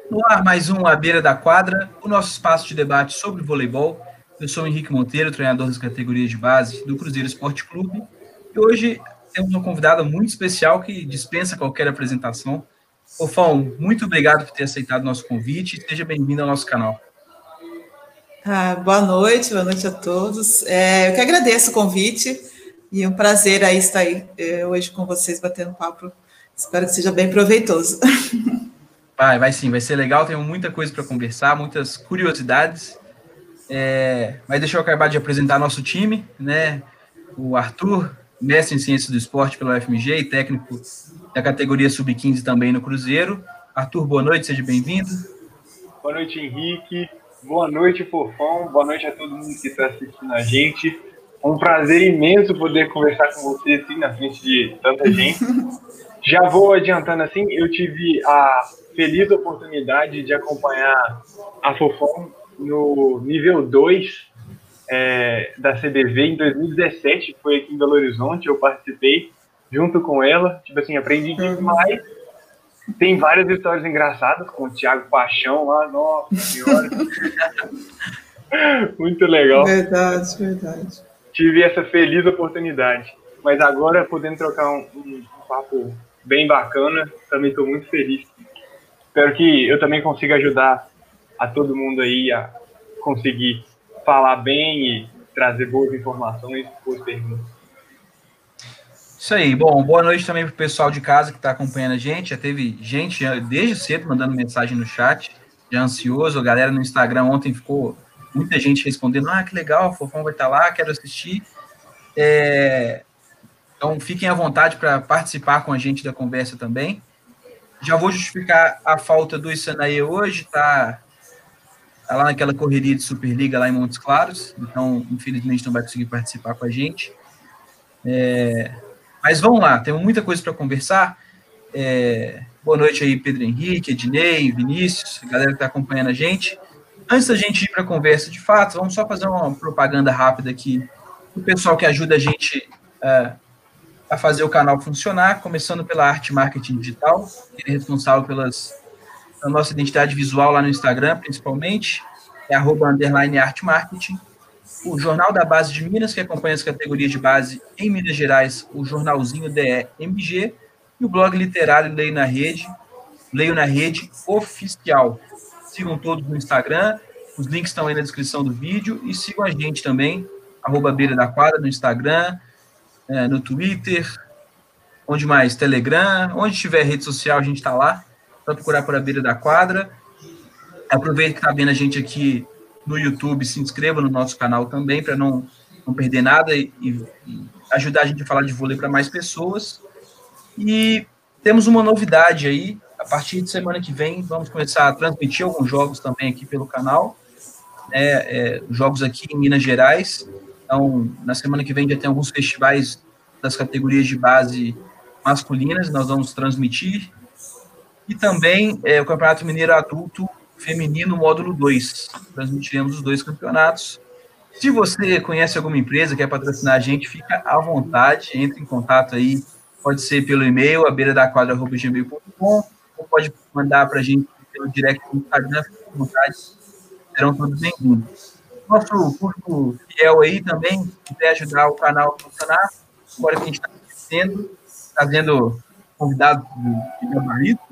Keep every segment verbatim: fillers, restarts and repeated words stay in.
No ar, mais um À Beira da Quadra, o nosso espaço de debate sobre voleibol. Eu sou o Henrique Monteiro, treinador das categorias de base do Cruzeiro Esporte Clube. E hoje temos uma convidada muito especial que dispensa qualquer apresentação. Fofão, muito obrigado por ter aceitado o nosso convite e seja bem-vindo ao nosso canal. Ah, boa noite, boa noite a todos. É, eu que agradeço o convite e é um prazer aí estar aí é, hoje com vocês batendo papo. Espero que seja bem proveitoso. Vai, vai sim, vai ser legal. Temos muita coisa para conversar, muitas curiosidades. É, mas deixa eu acabar de apresentar nosso time, né? O Arthur, mestre em Ciências do Esporte pela U F M G e técnico da categoria sub quinze também no Cruzeiro. Arthur, boa noite, seja bem-vindo. Boa noite, Henrique. Boa noite, Fofão. Boa noite a todo mundo que está assistindo a gente. É um prazer imenso poder conversar com você assim, na frente de tanta gente. Já vou adiantando assim, eu tive a feliz oportunidade de acompanhar a Fofão no nível dois é, da C B V em dois mil e dezessete, foi aqui em Belo Horizonte, eu participei junto com ela, tipo assim, aprendi demais. Tem várias histórias engraçadas com o Thiago Paixão lá, nossa senhora. Muito legal. Verdade, verdade. Tive essa feliz oportunidade. Mas agora, podendo trocar um, um, um papo bem bacana, também estou muito feliz. Espero que eu também consiga ajudar a todo mundo aí a conseguir falar bem e trazer boas informações, boas perguntas. Isso aí. Bom, boa noite também para o pessoal de casa que está acompanhando a gente. Já teve gente desde cedo mandando mensagem no chat, já ansioso. A galera no Instagram ontem ficou muita gente respondendo, ah, que legal, o Fofão vai estar lá, quero assistir. É... Então, fiquem à vontade para participar com a gente da conversa também. Já vou justificar a falta do Isanaê hoje, tá, tá lá naquela correria de Superliga lá em Montes Claros, então, infelizmente, não vai conseguir participar com a gente. É... Mas vamos lá, temos muita coisa para conversar. É... Boa noite aí, Pedro Henrique, Ednei, Vinícius, a galera que está acompanhando a gente. Antes da gente ir para a conversa de fato, vamos só fazer uma propaganda rápida aqui do pessoal que ajuda a gente uh, a fazer o canal funcionar, começando pela Arte Marketing Digital, que é responsável pelas, pela nossa identidade visual lá no Instagram, principalmente, é arroba underline Arte Marketing. O Jornal da Base de Minas, que acompanha as categorias de base em Minas Gerais, o jornalzinho D E M G, e o blog literário Leio na Rede, Leio na Rede Oficial. Sigam todos no Instagram, os links estão aí na descrição do vídeo, e sigam a gente também, arroba Beira da Quadra no Instagram, é, no Twitter, onde mais? Telegram, onde tiver rede social a gente está lá, só procurar por A Beira da Quadra. Aproveita que está vendo a gente aqui no YouTube, se inscreva no nosso canal também, para não, não perder nada e, e ajudar a gente a falar de vôlei para mais pessoas. E temos uma novidade aí, a partir de semana que vem, vamos começar a transmitir alguns jogos também aqui pelo canal, né, é, jogos aqui em Minas Gerais. Então, na semana que vem já tem alguns festivais das categorias de base masculinas, nós vamos transmitir. E também é, o Campeonato Mineiro Adulto Feminino Módulo dois. Transmitiremos os dois campeonatos. Se você conhece alguma empresa que quer patrocinar a gente, fica à vontade, entre em contato aí. Pode ser pelo e-mail, a beira da quadra arroba gmail ponto com, ou pode mandar para a gente pelo direct no Instagram, fica à vontade. Serão todos bem-vindos. Nosso público fiel aí também, que quer ajudar o canal a funcionar, agora que a gente está crescendo, trazendo convidados de gabarito,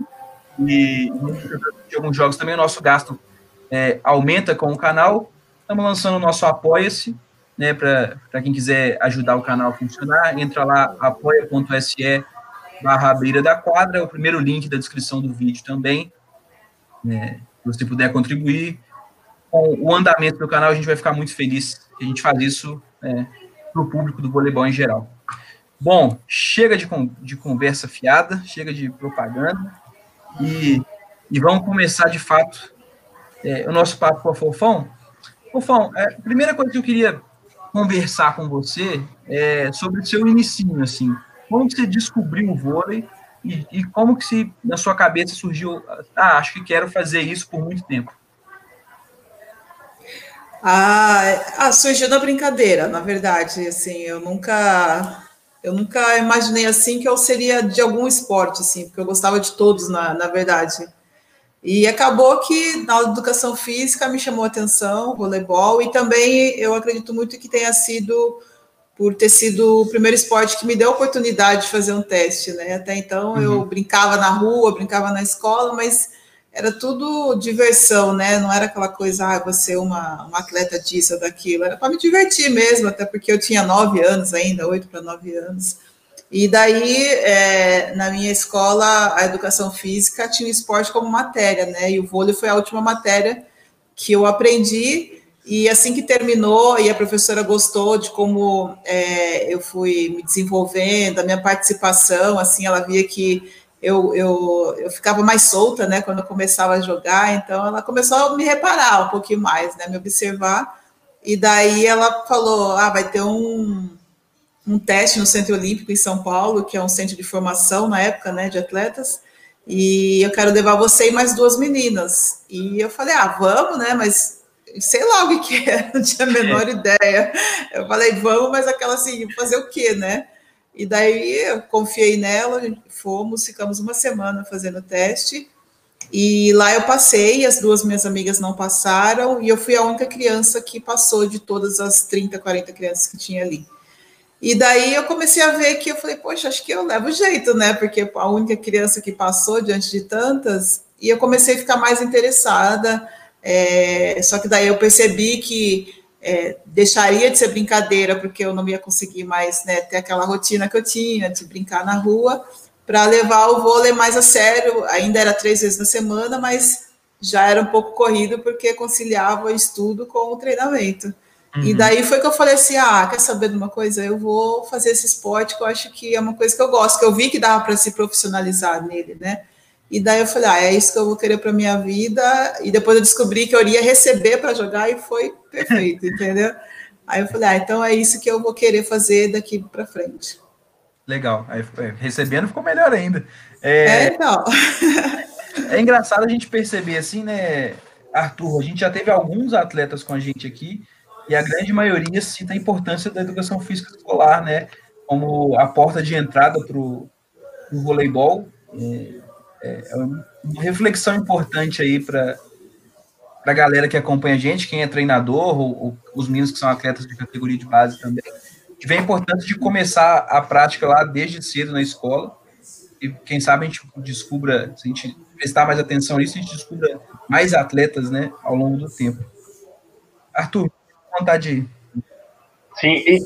e de alguns jogos também, o nosso gasto é, aumenta com o canal. Estamos lançando o nosso Apoia-se, né, para quem quiser ajudar o canal a funcionar, entra lá, apoia.se barra beira da quadra, é o primeiro link da descrição do vídeo também, né, se você puder contribuir com o andamento do canal, a gente vai ficar muito feliz que a gente faz isso é, para o público do voleibol em geral. Bom, chega de, de conversa fiada, chega de propaganda, e, e vamos começar, de fato, é, o nosso papo com a Fofão. Fofão, é, a primeira coisa que eu queria conversar com você é sobre o seu inicinho, assim. Como que você descobriu o vôlei e, e como que se, na sua cabeça surgiu, ah, acho que quero fazer isso por muito tempo? Ah, surgiu da brincadeira, na verdade, assim, eu nunca... Eu nunca imaginei assim que eu seria de algum esporte, assim, porque eu gostava de todos, na, na verdade. E acabou que na aula de educação física me chamou a atenção, voleibol, e também eu acredito muito que tenha sido por ter sido o primeiro esporte que me deu a oportunidade de fazer um teste, né? Até então uhum. eu brincava na rua, brincava na escola, mas era tudo diversão, né? Não era aquela coisa, ah, você é uma, uma atleta disso ou daquilo, era para me divertir mesmo, até porque eu tinha nove anos ainda, oito para nove anos. E daí, é, na minha escola, a educação física tinha o esporte como matéria, né? E o vôlei foi a última matéria que eu aprendi. E assim que terminou, e a professora gostou de como é, eu fui me desenvolvendo, a minha participação, assim, ela via que eu, eu, eu ficava mais solta, né, quando eu começava a jogar, então ela começou a me reparar um pouquinho mais, né, me observar, e daí ela falou, ah, vai ter um, um teste no Centro Olímpico em São Paulo, que é um centro de formação na época, né, de atletas, e eu quero levar você e mais duas meninas. E eu falei, ah, vamos, né, mas sei lá o que que é, não tinha a menor ideia. Eu falei, vamos, mas aquela assim, fazer o quê, né? E daí eu confiei nela, fomos, ficamos uma semana fazendo o teste, e lá eu passei, as duas minhas amigas não passaram, e eu fui a única criança que passou de todas as trinta, quarenta crianças que tinha ali. E daí eu comecei a ver que eu falei, poxa, acho que eu levo jeito, né? Porque a única criança que passou diante de tantas, e eu comecei a ficar mais interessada. É, só que daí eu percebi que é, deixaria de ser brincadeira, porque eu não ia conseguir mais, né, ter aquela rotina que eu tinha de brincar na rua, para levar o vôlei mais a sério. Ainda era três vezes na semana, mas já era um pouco corrido, porque conciliava o estudo com o treinamento. Uhum. E daí foi que eu falei assim, ah, quer saber de uma coisa? Eu vou fazer esse esporte, que eu acho que é uma coisa que eu gosto, que eu vi que dava para se profissionalizar nele, né? E daí eu falei, ah, é isso que eu vou querer para minha vida. E depois eu descobri que eu iria receber para jogar e foi perfeito, entendeu? Aí eu falei, ah, então é isso que eu vou querer fazer daqui para frente. Legal. Aí, recebendo ficou melhor ainda. É, é então. É engraçado a gente perceber assim, né, Arthur? A gente já teve alguns atletas com a gente aqui e a grande maioria cita a importância da educação física escolar, né? Como a porta de entrada para o voleibol. É, É uma reflexão importante aí para a galera que acompanha a gente, quem é treinador, ou, ou os meninos que são atletas de categoria de base também, que vê a importância de começar a prática lá desde cedo na escola, e quem sabe a gente descubra, se a gente prestar mais atenção nisso, a gente descubra mais atletas, né, ao longo do tempo. Arthur, vontade aí. Sim, e...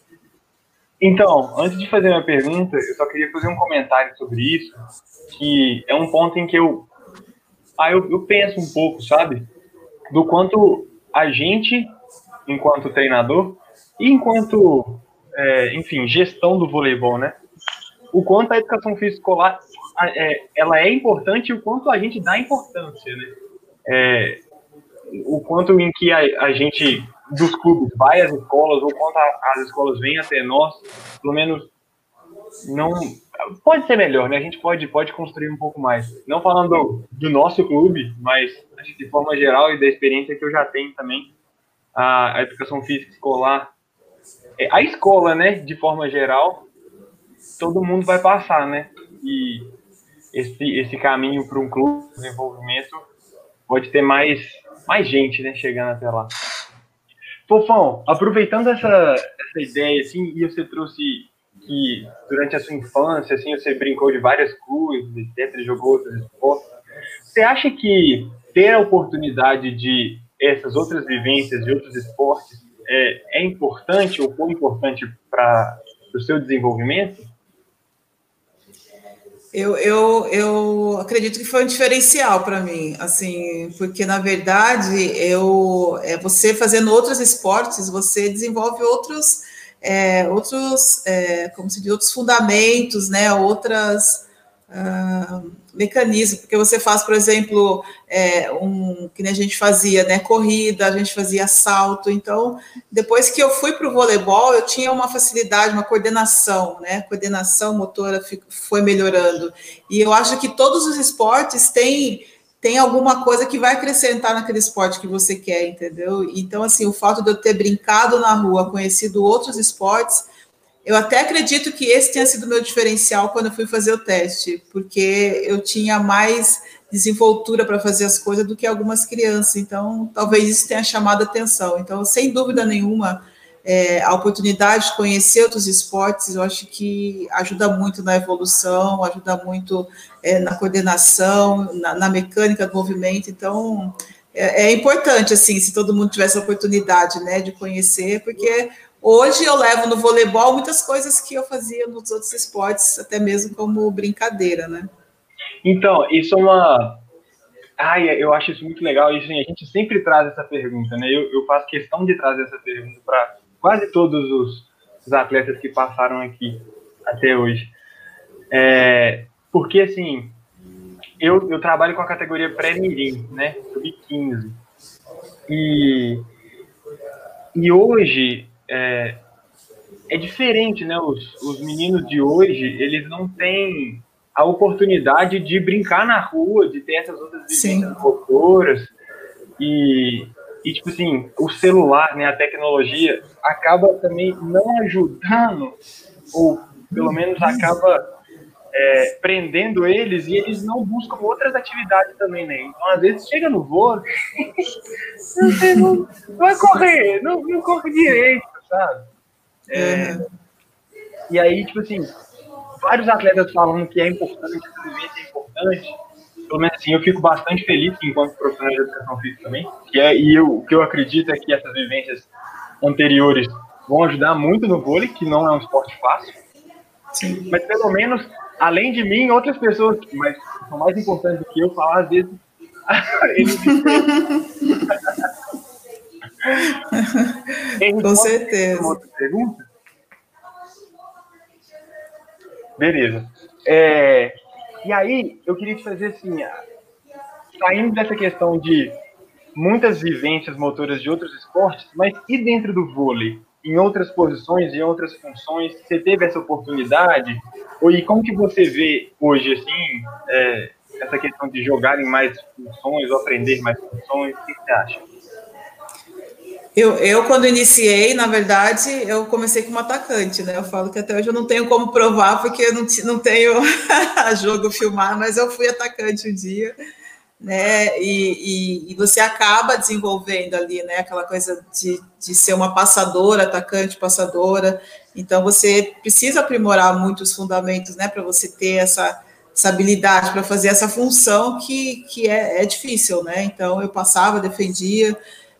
então, antes de fazer minha pergunta, eu só queria fazer um comentário sobre isso, que é um ponto em que eu, ah, eu, eu penso um pouco, sabe? Do quanto a gente, enquanto treinador, e enquanto, é, enfim, gestão do voleibol, né? O quanto a educação física escolar, é, ela é importante e o quanto a gente dá importância, né? É, o quanto em que a, a gente, dos clubes, vai às escolas, ou quanto a, as escolas vêm até nós, pelo menos, não... Pode ser melhor, né? A gente pode, pode construir um pouco mais. Não falando do, do nosso clube, mas acho que de forma geral e da experiência que eu já tenho também, a, a educação física escolar, a escola, né, de forma geral, todo mundo vai passar, né? E esse, esse caminho para um clube de desenvolvimento pode ter mais, mais gente, né, chegando até lá. Fofão, aproveitando essa, essa ideia, assim, e você trouxe que durante a sua infância, assim, você brincou de várias coisas, etcétera, jogou outros esportes. Você acha que ter a oportunidade de essas outras vivências de outros esportes é, é importante ou foi importante para o seu desenvolvimento? Eu, eu, eu acredito que foi um diferencial para mim, assim, porque, na verdade, eu, é, você fazendo outros esportes, você desenvolve outros... É, outros, é, como se diz, outros fundamentos, né, outras uh, mecanismos, porque você faz, por exemplo, é, um, que nem a gente fazia, né, corrida, a gente fazia salto, então, depois que eu fui para o voleibol, eu tinha uma facilidade, uma coordenação, né, coordenação motora foi melhorando, e eu acho que todos os esportes têm tem alguma coisa que vai acrescentar naquele esporte que você quer, entendeu? Então, assim, o fato de eu ter brincado na rua, conhecido outros esportes, eu até acredito que esse tenha sido o meu diferencial quando eu fui fazer o teste, porque eu tinha mais desenvoltura para fazer as coisas do que algumas crianças. Então, talvez isso tenha chamado a atenção. Então, sem dúvida nenhuma, é, a oportunidade de conhecer outros esportes, eu acho que ajuda muito na evolução, ajuda muito é, na coordenação, na, na mecânica do movimento. Então, é, é importante, assim, se todo mundo tivesse a oportunidade, né, de conhecer, porque hoje eu levo no voleibol muitas coisas que eu fazia nos outros esportes, até mesmo como brincadeira, né? Então, isso é uma... Ai, eu acho isso muito legal, e assim, a gente sempre traz essa pergunta, né? Eu, eu faço questão de trazer essa pergunta para quase todos os, os atletas que passaram aqui até hoje. É, porque, assim, eu, eu trabalho com a categoria pré-mirim, né? sub quinze. E, e hoje é, é diferente, né? Os, os meninos de hoje, eles não têm a oportunidade de brincar na rua, de ter essas outras vivências motoras. E, e, tipo assim, o celular, né, a tecnologia, acaba também não ajudando, ou pelo menos acaba é, prendendo eles, e eles não buscam outras atividades também, né? Então, às vezes, chega no vôlei, você não vai correr, não, não corre direito, sabe? É, uhum. E aí, tipo assim, vários atletas falando que é importante, que a vivência é importante. Pelo menos assim, eu fico bastante feliz enquanto profissional de educação física também. Que é, e eu, o que eu acredito é que essas vivências anteriores vão ajudar muito no vôlei, que não é um esporte fácil. Sim. Mas pelo menos, além de mim, outras pessoas que mais, são mais importantes do que eu, falar às vezes eles Com certeza. Uma outra pergunta? Beleza. É, e aí, eu queria te fazer assim, saindo dessa questão de muitas vivências motoras de outros esportes, mas e dentro do vôlei? Em outras posições, em outras funções, você teve essa oportunidade? Ou e como que você vê hoje, assim, é, essa questão de jogar em mais funções ou aprender mais funções? O que você acha? Eu, eu, quando iniciei, na verdade, eu comecei como atacante, né? Eu falo que até hoje eu não tenho como provar, porque eu não, não tenho jogo filmar, mas eu fui atacante um dia, né? E, e, e você acaba desenvolvendo ali, né? Aquela coisa de, de ser uma passadora, atacante, passadora. Então, você precisa aprimorar muito os fundamentos, né? Para você ter essa, essa habilidade, para fazer essa função que, que é, é difícil, né? Então, eu passava, defendia,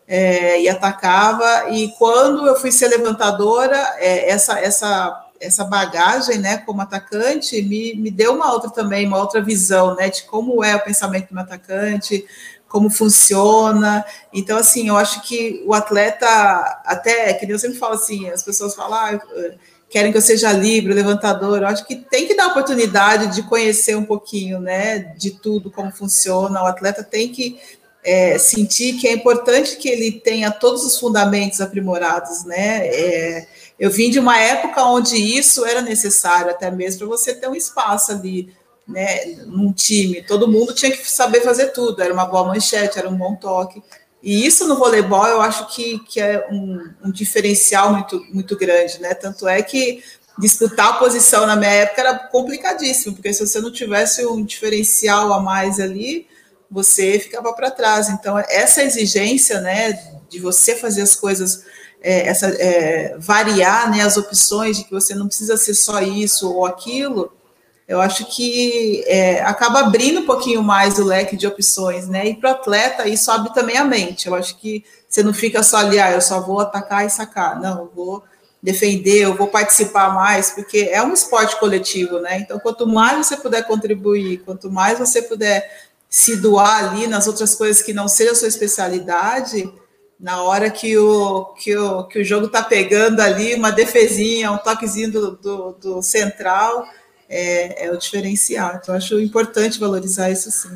É, e atacava, e quando eu fui ser levantadora, é, essa, essa, essa bagagem, né, como atacante, me, me deu uma outra também, uma outra visão, né, de como é o pensamento do atacante, como funciona. Então, assim, eu acho que o atleta, até, que eu sempre falo assim, as pessoas falam, ah, querem que eu seja livre, levantador, eu acho que tem que dar a oportunidade de conhecer um pouquinho, né, de tudo, como funciona, o atleta tem que É, sentir que é importante que ele tenha todos os fundamentos aprimorados, né? É, eu vim de uma época onde isso era necessário, até mesmo para você ter um espaço ali, né? Num time, todo mundo tinha que saber fazer tudo, era uma boa manchete, era um bom toque. E isso no voleibol eu acho que, que é um, um diferencial muito, muito grande, né? Tanto é que disputar a posição na minha época era complicadíssimo, porque se você não tivesse um diferencial a mais ali, você ficava para trás. Então, essa exigência, né, de você fazer as coisas, é, essa, é, variar, né, as opções, de que você não precisa ser só isso ou aquilo, eu acho que é, acaba abrindo um pouquinho mais o leque de opções, né, e para o atleta isso abre também a mente. Eu acho que você não fica só ali, ah, eu só vou atacar e sacar, não, eu vou defender, eu vou participar mais, porque é um esporte coletivo, né, então quanto mais você puder contribuir, quanto mais você puder se doar ali nas outras coisas que não seja a sua especialidade, na hora que o, que o, que o jogo está pegando ali, uma defesinha, um toquezinho do, do, do central, é, é o diferencial. Então, acho importante valorizar isso, sim.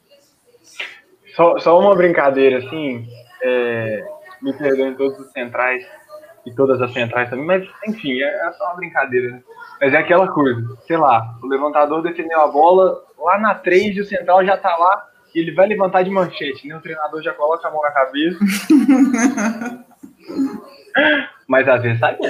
Só, só uma brincadeira, assim, é, me perdoem todos os centrais e todas as centrais também, mas, enfim, é, é só uma brincadeira, né? Mas é aquela coisa, sei lá, o levantador defendeu a bola lá na três e o central já tá lá e ele vai levantar de manchete, né? O treinador já coloca a mão na cabeça. Mas às vezes sai bom.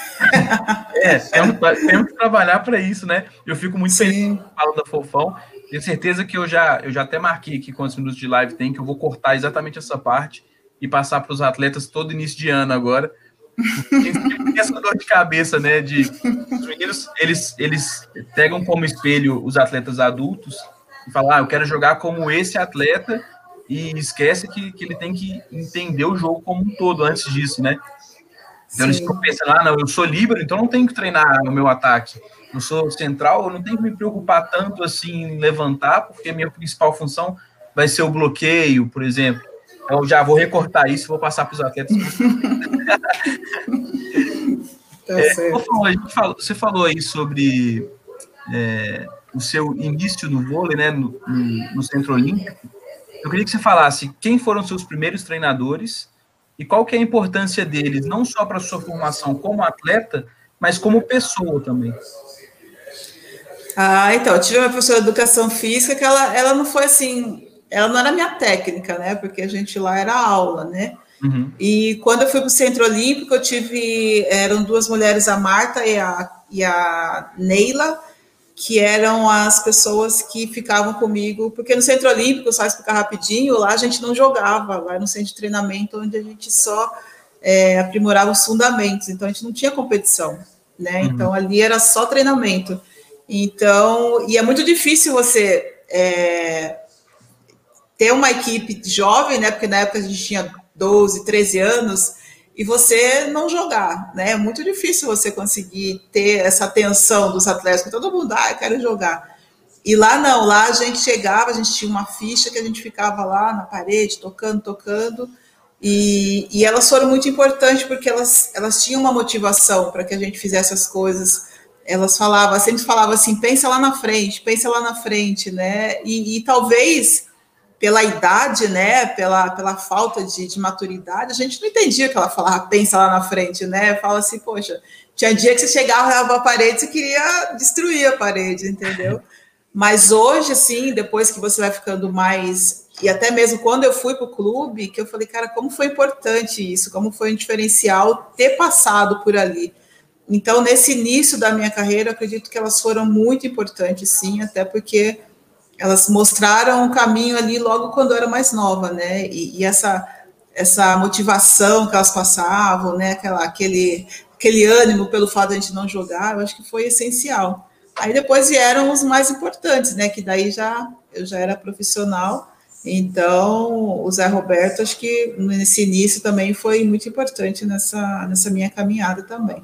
É, temos, temos que trabalhar para isso, né? Eu fico muito Sim. feliz com a fala da Fofão, Tenho certeza que eu já, eu já até marquei aqui quantos minutos de live tem, que eu vou cortar exatamente essa parte e passar para os atletas todo início de ano agora. Tem essa dor de cabeça, né? De os meninos, eles, eles pegam como espelho os atletas adultos e falam, ah, eu quero jogar como esse atleta, e esquece que, que ele tem que entender o jogo como um todo antes disso, né? Então, eles ficam pensando, ah, não, eu sou líbero, então não tenho que treinar o meu ataque. Eu sou central, eu não tenho que me preocupar tanto assim em levantar, porque a minha principal função vai ser o bloqueio, por exemplo. Então, já vou recortar isso e vou passar para os atletas. Tá é, certo. a gente falou, você falou aí sobre é, o seu início no vôlei, né, no, no, no Centro Olímpico. Eu queria que você falasse quem foram seus primeiros treinadores e qual que é a importância deles, não só para a sua formação como atleta, mas como pessoa também. Ah, então, eu tive uma professora de educação física que ela, ela não foi assim, ela não era minha técnica, né? Porque a gente lá era aula, né? Uhum. E quando eu fui para o Centro Olímpico, eu tive, eram duas mulheres, a Marta e a, e a Neila, que eram as pessoas que ficavam comigo, porque no Centro Olímpico, só explicar rapidinho, lá a gente não jogava, lá era um centro de treinamento onde a gente só é, aprimorava os fundamentos, então a gente não tinha competição, né? Uhum. Então ali era só treinamento. Então, e é muito difícil você é, ter uma equipe jovem, né? Porque na época a gente tinha doze, treze anos, e você não jogar, né? É muito difícil você conseguir ter essa atenção dos atletas, que todo mundo, ah, eu quero jogar. E lá não, lá a gente chegava, a gente tinha uma ficha que a gente ficava lá na parede, tocando, tocando, e, e elas foram muito importantes porque elas, elas tinham uma motivação para que a gente fizesse as coisas. Elas falavam, sempre falavam assim, pensa lá na frente, pensa lá na frente, né? E, e talvez pela idade, né, pela, pela falta de, de maturidade, a gente não entendia que ela falava, pensa lá na frente, né? Fala assim, poxa, tinha dia que você chegava na parede e queria destruir a parede, entendeu? Mas hoje, assim, depois que você vai ficando mais... E até mesmo quando eu fui para o clube, que eu falei, cara, como foi importante isso, como foi um diferencial ter passado por ali. Então, nesse início da minha carreira, eu acredito que elas foram muito importantes, sim, até porque elas mostraram um caminho ali logo quando eu era mais nova, né? E, e essa, essa motivação que elas passavam, né? Aquela, aquele, aquele ânimo pelo fato de a gente não jogar, eu acho que foi essencial. Aí depois vieram os mais importantes, né? Que daí já eu já era profissional, então o Zé Roberto, acho que nesse início também foi muito importante nessa, nessa minha caminhada também.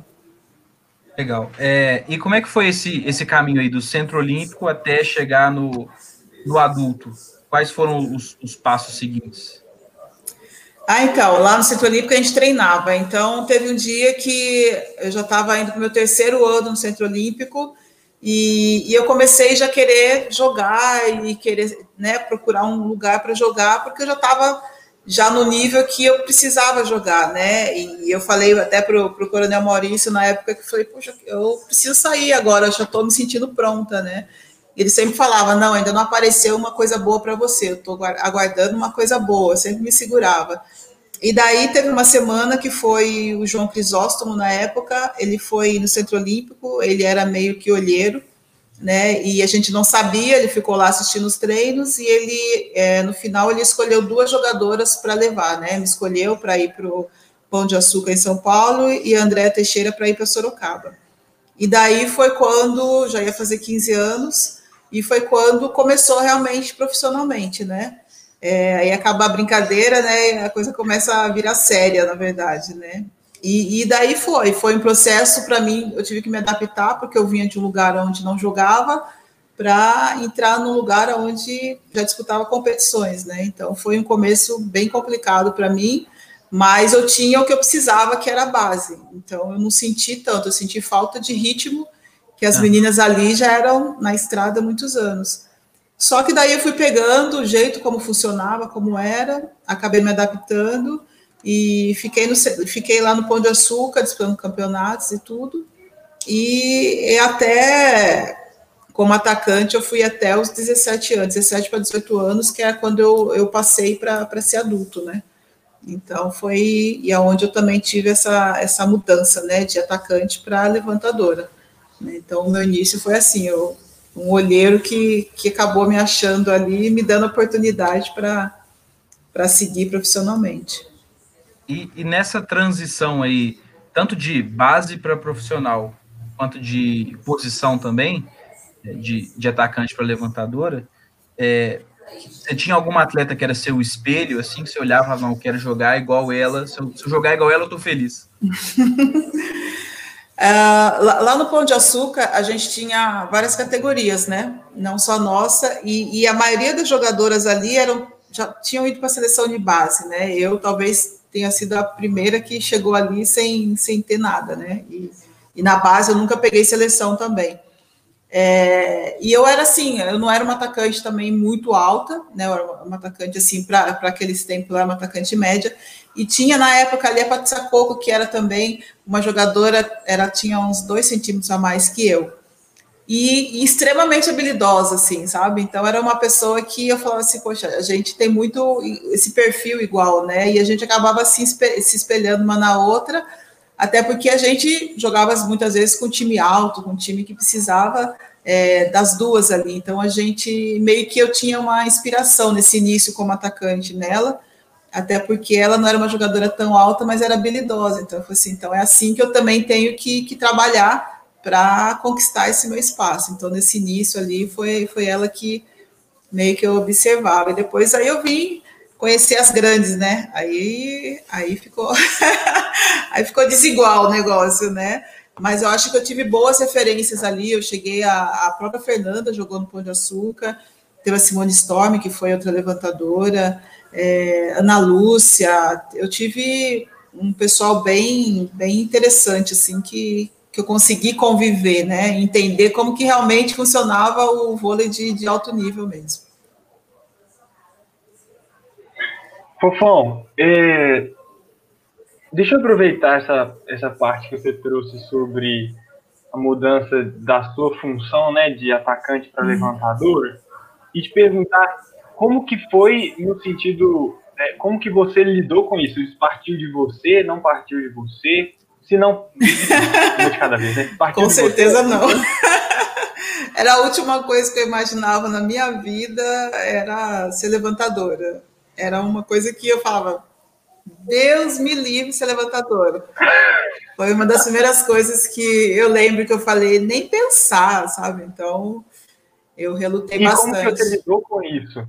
Legal. É, e como é que foi esse, esse caminho aí do Centro Olímpico até chegar no, no adulto? Quais foram os, os passos seguintes? Ah, então, lá no Centro Olímpico a gente treinava. Então, teve um dia que eu já estava indo para o meu terceiro ano no Centro Olímpico e, e eu comecei já a querer jogar e querer, né, procurar um lugar para jogar, porque eu já estava já no nível que eu precisava jogar, né? E eu falei até para o Coronel Maurício na época que falei, poxa, eu preciso sair agora, eu já estou me sentindo pronta, né? Ele sempre falava, não, ainda não apareceu uma coisa boa para você, eu estou aguardando uma coisa boa, eu sempre me segurava. E daí teve uma semana que foi o João Crisóstomo, na época, ele foi no Centro Olímpico, ele era meio que olheiro, né? E a gente não sabia, ele ficou lá assistindo os treinos e ele, é, no final, ele escolheu duas jogadoras para levar, né? Me escolheu para ir para o Pão de Açúcar em São Paulo e a Andréa Teixeira para ir para Sorocaba. E daí foi quando, já ia fazer quinze anos, e foi quando começou realmente profissionalmente, né? É, aí acaba a brincadeira, né? A coisa começa a virar séria, na verdade, né? E, e daí foi, foi um processo para mim, eu tive que me adaptar, porque eu vinha de um lugar onde não jogava, para entrar num lugar onde já disputava competições, né? Então foi um começo bem complicado para mim, mas eu tinha o que eu precisava, que era a base. Então eu não senti tanto, eu senti falta de ritmo, que as meninas ali já eram na estrada há muitos anos. Só que daí eu fui pegando o jeito como funcionava, como era, acabei me adaptando e fiquei, no, fiquei lá no Pão de Açúcar, disputando campeonatos e tudo. E, e até, como atacante, eu fui até os dezessete anos, dezessete para dezoito anos, que é quando eu, eu passei para ser adulto, né? Então foi, e é onde eu também tive essa, essa mudança, né, de atacante para levantadora. Então o meu início foi assim, eu um olheiro que, que acabou me achando ali e me dando oportunidade para seguir profissionalmente. E, e nessa transição aí, tanto de base para profissional, quanto de posição também, de, de atacante para levantadora, é, você tinha alguma atleta que era seu espelho, assim, que você olhava e falava, não, eu quero jogar igual ela, se eu, se eu jogar igual ela, eu tô feliz? Uh, lá, lá no Pão de Açúcar, a gente tinha várias categorias, né? Não só nossa, e, e a maioria das jogadoras ali eram, já tinham ido para a seleção de base, né? Eu talvez tenha sido a primeira que chegou ali sem, sem ter nada, né? E, e na base eu nunca peguei seleção também. É, e eu era assim, eu não era uma atacante também muito alta, né? Eu era uma atacante assim, para aqueles tempos, eu era uma atacante média. E tinha na época ali a Patrícia Coco, que era também uma jogadora, ela tinha uns dois centímetros a mais que eu. E, e extremamente habilidosa, assim, sabe? Então era uma pessoa que eu falava assim, poxa, a gente tem muito esse perfil igual, né? E a gente acabava assim, se espelhando uma na outra, até porque a gente jogava muitas vezes com time alto, com time que precisava é, das duas ali. Então a gente, meio que eu tinha uma inspiração nesse início como atacante nela, até porque ela não era uma jogadora tão alta, mas era habilidosa. Então, eu falei assim, então é assim que eu também tenho que, que trabalhar para conquistar esse meu espaço. Então, nesse início ali, foi, foi ela que meio que eu observava. E depois aí eu vim conhecer as grandes, né? Aí, aí, ficou, aí ficou desigual o negócio, né? Mas eu acho que eu tive boas referências ali. Eu cheguei, a, a própria Fernanda jogou no Pão de Açúcar, teve a Simone Storm, que foi outra levantadora, é, Ana Lúcia. Eu tive um pessoal bem, bem interessante, assim, que, que eu consegui conviver, né? Entender como que realmente funcionava o vôlei de, de alto nível mesmo. Fofão, é, deixa eu aproveitar essa, essa parte que você trouxe sobre a mudança da sua função, né, de atacante para levantadora, e te perguntar como que foi no sentido, né, como que você lidou com isso? Isso partiu de você, não partiu de você? Se não, uma de cada vez, né? Partiu com de certeza você, não. Era a última coisa que eu imaginava na minha vida, era ser levantadora. Era uma coisa que eu falava, Deus me livre ser levantadora. Foi uma das primeiras coisas que eu lembro que eu falei, nem pensar, sabe? Então, eu relutei e bastante. E como que você lidou com isso?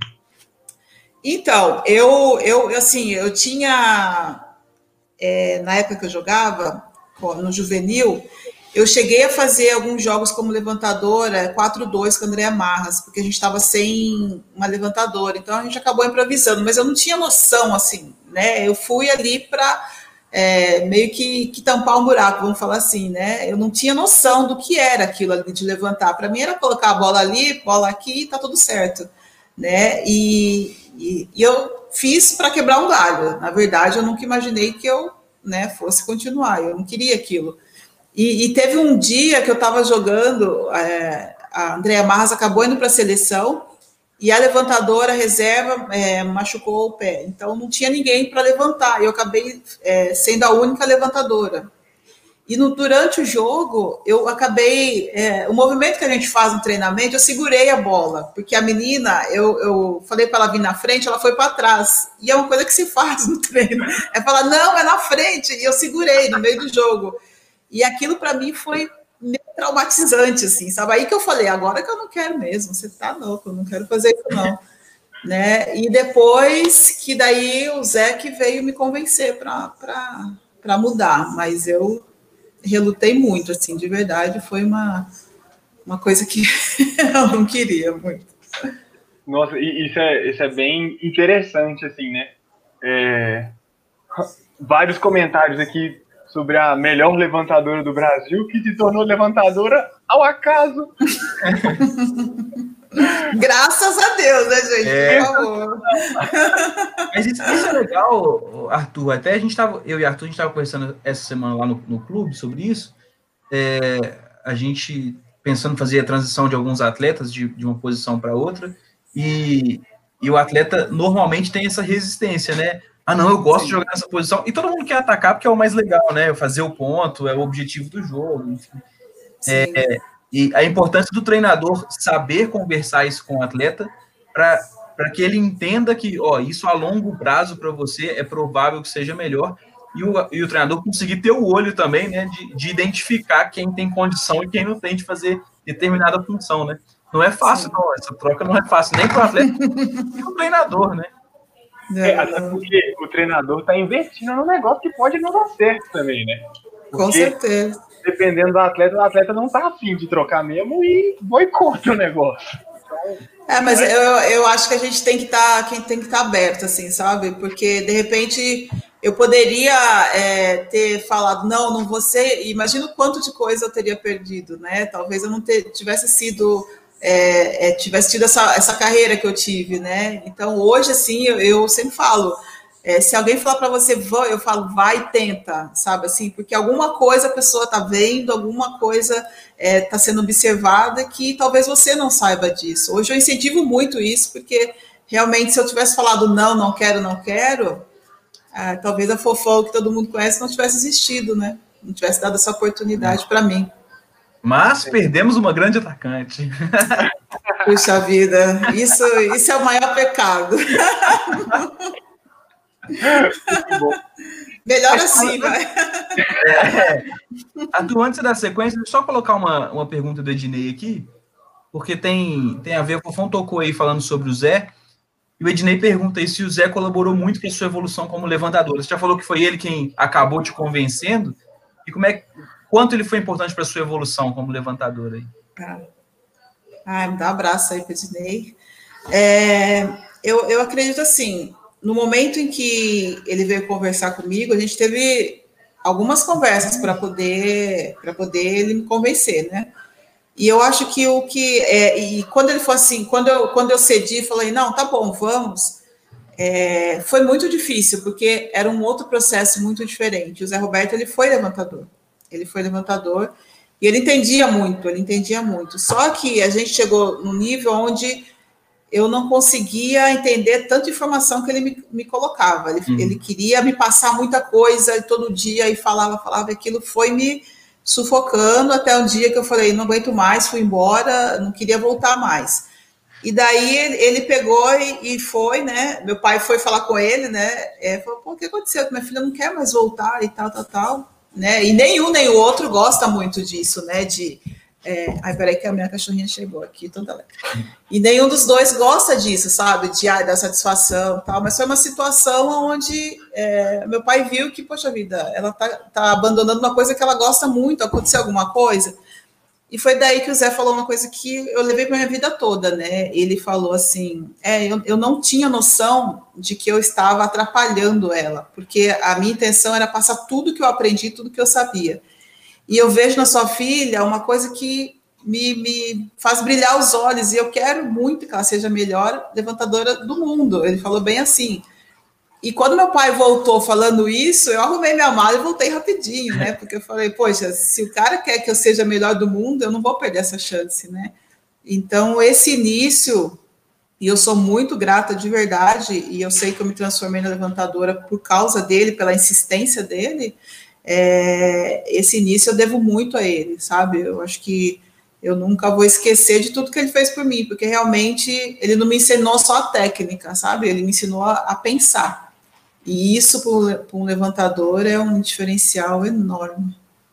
Então, eu, eu assim, eu tinha, é, na época que eu jogava, no juvenil, eu cheguei a fazer alguns jogos como levantadora, quatro dois com a Andréa Marras, porque a gente estava sem uma levantadora, então a gente acabou improvisando, mas eu não tinha noção, assim, né? Eu fui ali para é, meio que, que tampar um buraco, vamos falar assim, né? Eu não tinha noção do que era aquilo ali de levantar. Para mim era colocar a bola ali, bola aqui e tá tudo certo, né? E, e, e eu fiz para quebrar um galho. Na verdade, eu nunca imaginei que eu, né, fosse continuar, eu não queria aquilo. E, e teve um dia que eu estava jogando, é, a Andréa Marras acabou indo para a seleção e a levantadora, a reserva, é, machucou o pé. Então, não tinha ninguém para levantar. Eu acabei é, sendo a única levantadora. E no, durante o jogo, eu acabei... É, o movimento que a gente faz no treinamento, eu segurei a bola. Porque a menina, eu, eu falei para ela vir na frente, ela foi para trás. E é uma coisa que se faz no treino. É falar, não, é na frente. E eu segurei no meio do jogo. E aquilo para mim foi meio traumatizante, assim, sabe? Aí que eu falei, agora que eu não quero mesmo, você tá louco, eu não quero fazer isso não, né? E depois que daí o Zé que veio me convencer para mudar, mas eu relutei muito, assim, de verdade, foi uma, uma coisa que eu não queria muito. Nossa, isso é, isso é bem interessante, assim, né? É, vários comentários aqui sobre a melhor levantadora do Brasil, que se tornou levantadora ao acaso. Graças a Deus, né, gente? É. Por favor. Mas isso, isso é legal, Arthur. Até a gente estava, eu e Arthur, a gente estava conversando essa semana lá no, no clube sobre isso. É, a gente pensando em fazer a transição de alguns atletas de, de uma posição para outra, e, e o atleta normalmente tem essa resistência, né? Ah, não, eu gosto Sim. de jogar nessa posição. E todo mundo quer atacar porque é o mais legal, né? Fazer o ponto, é o objetivo do jogo, enfim. É, E a importância do treinador saber conversar isso com o atleta para que ele entenda que, ó, isso a longo prazo para você é provável que seja melhor, e o, e o treinador conseguir ter o olho também, né, de, de identificar quem tem condição e quem não tem de fazer determinada função, né? Não é fácil, Sim. não, essa troca não é fácil, nem para o atleta, nem para o treinador, né? É, até porque o treinador está investindo num negócio que pode não dar certo também, né? Porque, com certeza. Dependendo do atleta, o atleta não está afim de trocar mesmo e boicota o negócio. Então, é, mas eu, eu acho que a gente tem que estar tá, tem que estar tá aberto, assim, sabe? Porque, de repente, eu poderia é, ter falado, não, não vou ser... Imagina o quanto de coisa eu teria perdido, né? Talvez eu não ter, tivesse sido... É, é, tivesse tido essa, essa carreira que eu tive, né? Então, hoje, assim, eu, eu sempre falo... É, se alguém falar para você, eu falo, vai e tenta, sabe, assim, porque alguma coisa a pessoa está vendo, alguma coisa está é, sendo observada que talvez você não saiba disso. Hoje eu incentivo muito isso, porque realmente se eu tivesse falado não, não quero, não quero, é, talvez a Fofão que todo mundo conhece não tivesse existido, né? Não tivesse dado essa oportunidade para mim. Mas perdemos uma grande atacante. Puxa vida, isso, isso é o maior pecado. Muito bom. Melhor assim, vai. É, Arthur, antes da sequência, só colocar uma, uma pergunta do Ednei aqui, porque tem, tem a ver, o Fofão tocou aí falando sobre o Zé, e o Ednei pergunta aí se o Zé colaborou muito com a sua evolução como levantador. Você já falou que foi ele quem acabou te convencendo, e como é, quanto ele foi importante para a sua evolução como levantador aí? Ah, ah, me dá um abraço aí para o Ednei. É, eu, eu acredito assim, no momento em que ele veio conversar comigo, a gente teve algumas conversas para poder, para poder ele me convencer, né? E eu acho que o que... É, e quando ele falou assim, quando eu, quando eu cedi, falei, não, tá bom, vamos. É, foi muito difícil, porque era um outro processo muito diferente. O Zé Roberto, ele foi levantador. Ele foi levantador e ele entendia muito, ele entendia muito. Só que a gente chegou no nível onde... eu não conseguia entender tanta informação que ele me, me colocava. Ele, uhum. ele queria me passar muita coisa todo dia e falava, falava, aquilo foi me sufocando até um dia que eu falei, não aguento mais, fui embora, não queria voltar mais. E daí ele, ele pegou e, e foi, né? Meu pai foi falar com ele, né? É, falou, pô, o que aconteceu? Minha filha não quer mais voltar e tal, tal, tal. Né? E nenhum nem o outro gosta muito disso, né? De... É, ai, peraí que a minha cachorrinha chegou aqui, toda alegre. E nenhum dos dois gosta disso, sabe? De ai, dar satisfação e tal, mas foi uma situação onde é, meu pai viu que, poxa vida, ela tá, tá abandonando uma coisa que ela gosta muito, aconteceu alguma coisa. E foi daí que o Zé falou uma coisa que eu levei para minha vida toda, né? Ele falou assim, é, eu, eu não tinha noção de que eu estava atrapalhando ela, porque a minha intenção era passar tudo que eu aprendi, tudo que eu sabia. E eu vejo na sua filha uma coisa que me, me faz brilhar os olhos, e eu quero muito que ela seja a melhor levantadora do mundo. Ele falou bem assim. E quando meu pai voltou falando isso, eu arrumei minha mala e voltei rapidinho, né? Porque eu falei, poxa, se o cara quer que eu seja a melhor do mundo, eu não vou perder essa chance, né? Então, esse início, e eu sou muito grata de verdade, e eu sei que eu me transformei na levantadora por causa dele, pela insistência dele. É, esse início eu devo muito a ele, sabe? Eu acho que eu nunca vou esquecer de tudo que ele fez por mim, porque realmente ele não me ensinou só a técnica, sabe? Ele me ensinou a, a pensar. E isso, para um levantador, é um diferencial enorme.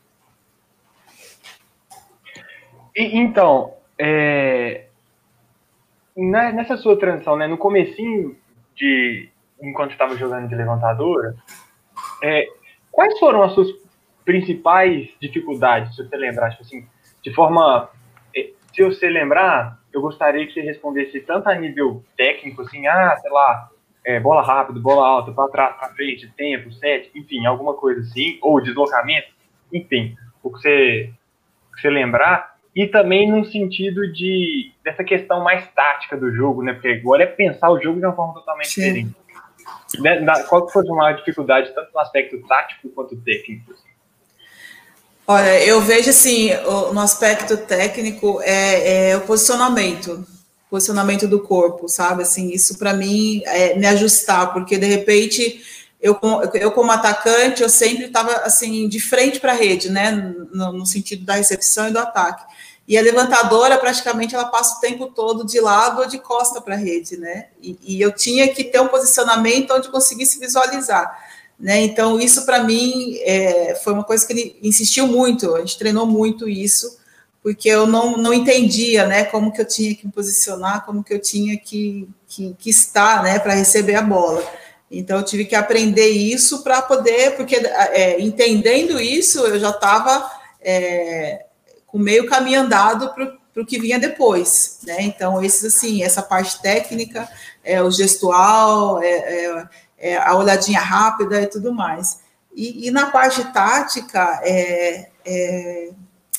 E, então, é, nessa sua transição, né, no comecinho de enquanto estava jogando de levantadora, é, quais foram as suas principais dificuldades, se você lembrar, tipo assim, de forma, se você lembrar, eu gostaria que você respondesse tanto a nível técnico, assim, ah, sei lá, é, bola rápida, bola alta, para trás, para frente, tempo, set, enfim, alguma coisa assim, ou deslocamento, enfim, o que você, o que você lembrar, e também no sentido de, dessa questão mais tática do jogo, né, porque agora é pensar o jogo de uma forma totalmente Sim. diferente. Qual foi a maior dificuldade, tanto no aspecto tático quanto técnico? Assim? Olha, eu vejo assim, no aspecto técnico, é, é o posicionamento, posicionamento do corpo, sabe? Assim, isso para mim é me ajustar, porque de repente eu, eu como atacante, eu sempre estava assim, de frente para a rede, né? No, no sentido da recepção e do ataque. E a levantadora, praticamente, ela passa o tempo todo de lado ou de costa para a rede, né? E, e eu tinha que ter um posicionamento onde conseguisse visualizar, né? Então, isso, para mim, é, foi uma coisa que ele insistiu muito, a gente treinou muito isso, porque eu não, não entendia, né, como que eu tinha que me posicionar, como que eu tinha que, que, que estar, né, para receber a bola. Então, eu tive que aprender isso para poder, porque é, entendendo isso, eu já estava... É, com meio caminho andado para o que vinha depois, né? Então, esses, assim, essa parte técnica, é, o gestual, é, é, é a olhadinha rápida e tudo mais. E, e na parte tática, é, é,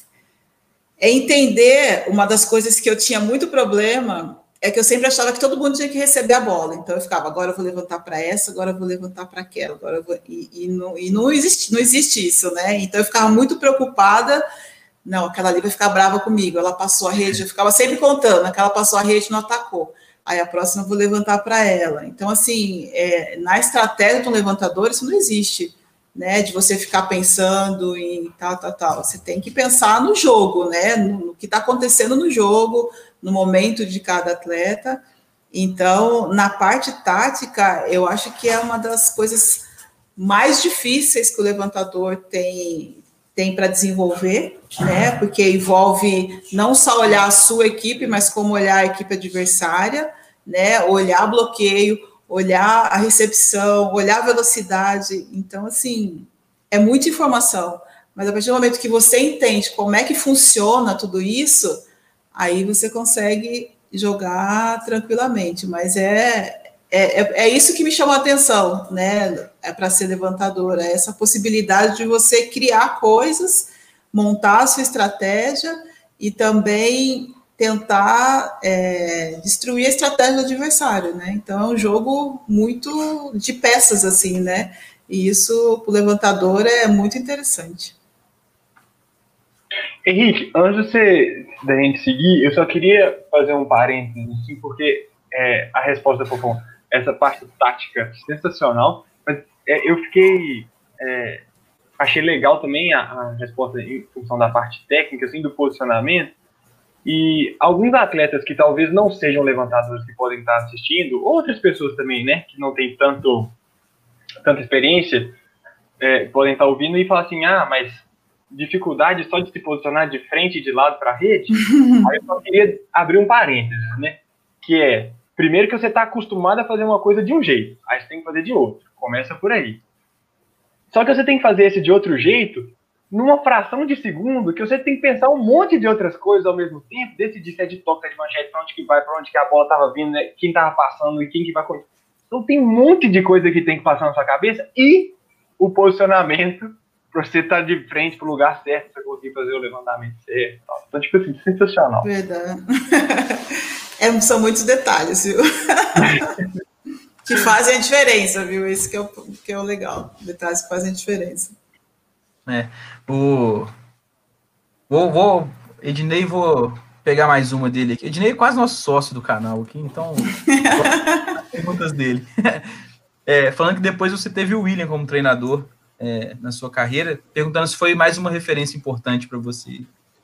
é entender, uma das coisas que eu tinha muito problema, é que eu sempre achava que todo mundo tinha que receber a bola. Então, eu ficava, agora eu vou levantar para essa, agora eu vou levantar para aquela, agora eu vou... E, e, não, e não, existe, não existe isso, né? Então, eu ficava muito preocupada. Não, aquela ali vai ficar brava comigo. Ela passou a rede, eu ficava sempre contando. Aquela passou a rede, não atacou. Aí a próxima eu vou levantar para ela. Então, assim, é, na estratégia do levantador, isso não existe, né? De você ficar pensando em tal, tal, tal. Você tem que pensar no jogo, né? No, no que está acontecendo no jogo, no momento de cada atleta. Então, na parte tática, eu acho que é uma das coisas mais difíceis que o levantador tem. tem para desenvolver, né? Porque envolve não só olhar a sua equipe, mas como olhar a equipe adversária, né? Olhar bloqueio, olhar a recepção, olhar a velocidade. Então, assim, é muita informação. Mas a partir do momento que você entende como é que funciona tudo isso, aí você consegue jogar tranquilamente. Mas é É, é isso que me chamou a atenção, né? É para ser levantadora, é essa possibilidade de você criar coisas, montar a sua estratégia e também tentar é, destruir a estratégia do adversário, né? Então é um jogo muito de peças, assim, né? E isso, para o levantador, é muito interessante. Henrique, antes de você, da gente seguir, eu só queria fazer um parênteses, assim, porque é, a resposta da Fofão, essa parte tática sensacional, mas é, eu fiquei, é, achei legal também a, a resposta em função da parte técnica, assim, do posicionamento, e alguns atletas que talvez não sejam levantadores que podem estar assistindo, outras pessoas também, né, que não têm tanto, tanta experiência, é, podem estar ouvindo e falar assim, ah, mas dificuldade só de se posicionar de frente e de lado para a rede. Aí eu só queria abrir um parênteses, né, que é, primeiro que você está acostumado a fazer uma coisa de um jeito, aí você tem que fazer de outro. Começa por aí. Só que você tem que fazer esse de outro jeito numa fração de segundo que você tem que pensar um monte de outras coisas ao mesmo tempo, decidir se é de toque, se é de manchete, para onde que vai, para onde que a bola estava vindo, né, quem estava passando e quem que vai... Então tem um monte de coisa que tem que passar na sua cabeça e o posicionamento para você estar de frente para o lugar certo, para conseguir fazer o levantamento certo. Então, tipo assim, sensacional. Verdade. É, são muitos detalhes, viu? Que fazem a diferença, viu? Esse que é o, que é o legal. Detalhes que fazem a diferença. É, o... Vou, vou, Ednei, vou pegar mais uma dele aqui. Ednei é quase nosso sócio do canal aqui, então... perguntas dele. É, falando que depois você teve o William como treinador é, na sua carreira, perguntando se foi mais uma referência importante para você.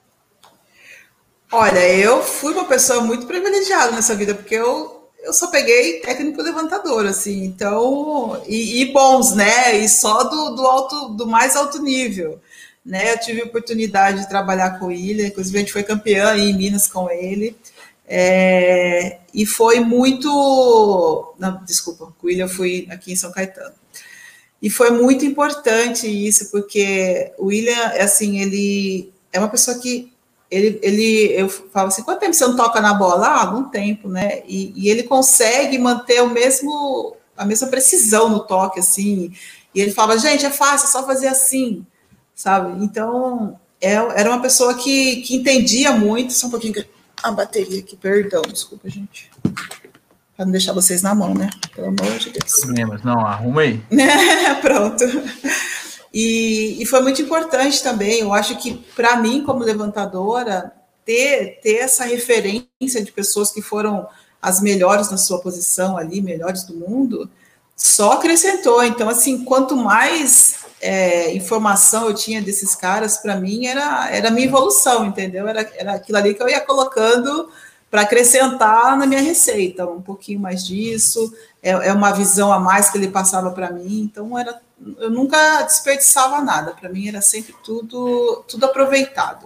Olha, eu fui uma pessoa muito privilegiada nessa vida, porque eu, eu só peguei técnico levantador, assim, então, e, e bons, né, e só do, do, alto, do mais alto nível, né, eu tive a oportunidade de trabalhar com ele, inclusive a gente foi campeã aí em Minas com ele, é, e foi muito, não, desculpa, com o William eu fui aqui em São Caetano, e foi muito importante isso, porque o William, assim, ele é uma pessoa que Ele, ele, eu falo assim, quanto tempo você não toca na bola? Ah, algum tempo, né? E, e ele consegue manter o mesmo, a mesma precisão no toque, assim. E ele fala, gente, é fácil, é só fazer assim, sabe? Então, é, era uma pessoa que, que entendia muito. Só um pouquinho a bateria aqui, perdão, desculpa, gente. Para não deixar vocês na mão, né? Pelo amor de Deus. Problemas, não, arruma aí. Pronto. E, e foi muito importante também, eu acho que para mim, como levantadora, ter, ter essa referência de pessoas que foram as melhores na sua posição ali, melhores do mundo, só acrescentou. Então, assim, quanto mais é, informação eu tinha desses caras, para mim era, era a minha evolução, entendeu? Era, era aquilo ali que eu ia colocando para acrescentar na minha receita, um pouquinho mais disso, é, é uma visão a mais que ele passava para mim, então era, eu nunca desperdiçava nada, para mim era sempre tudo, tudo aproveitado.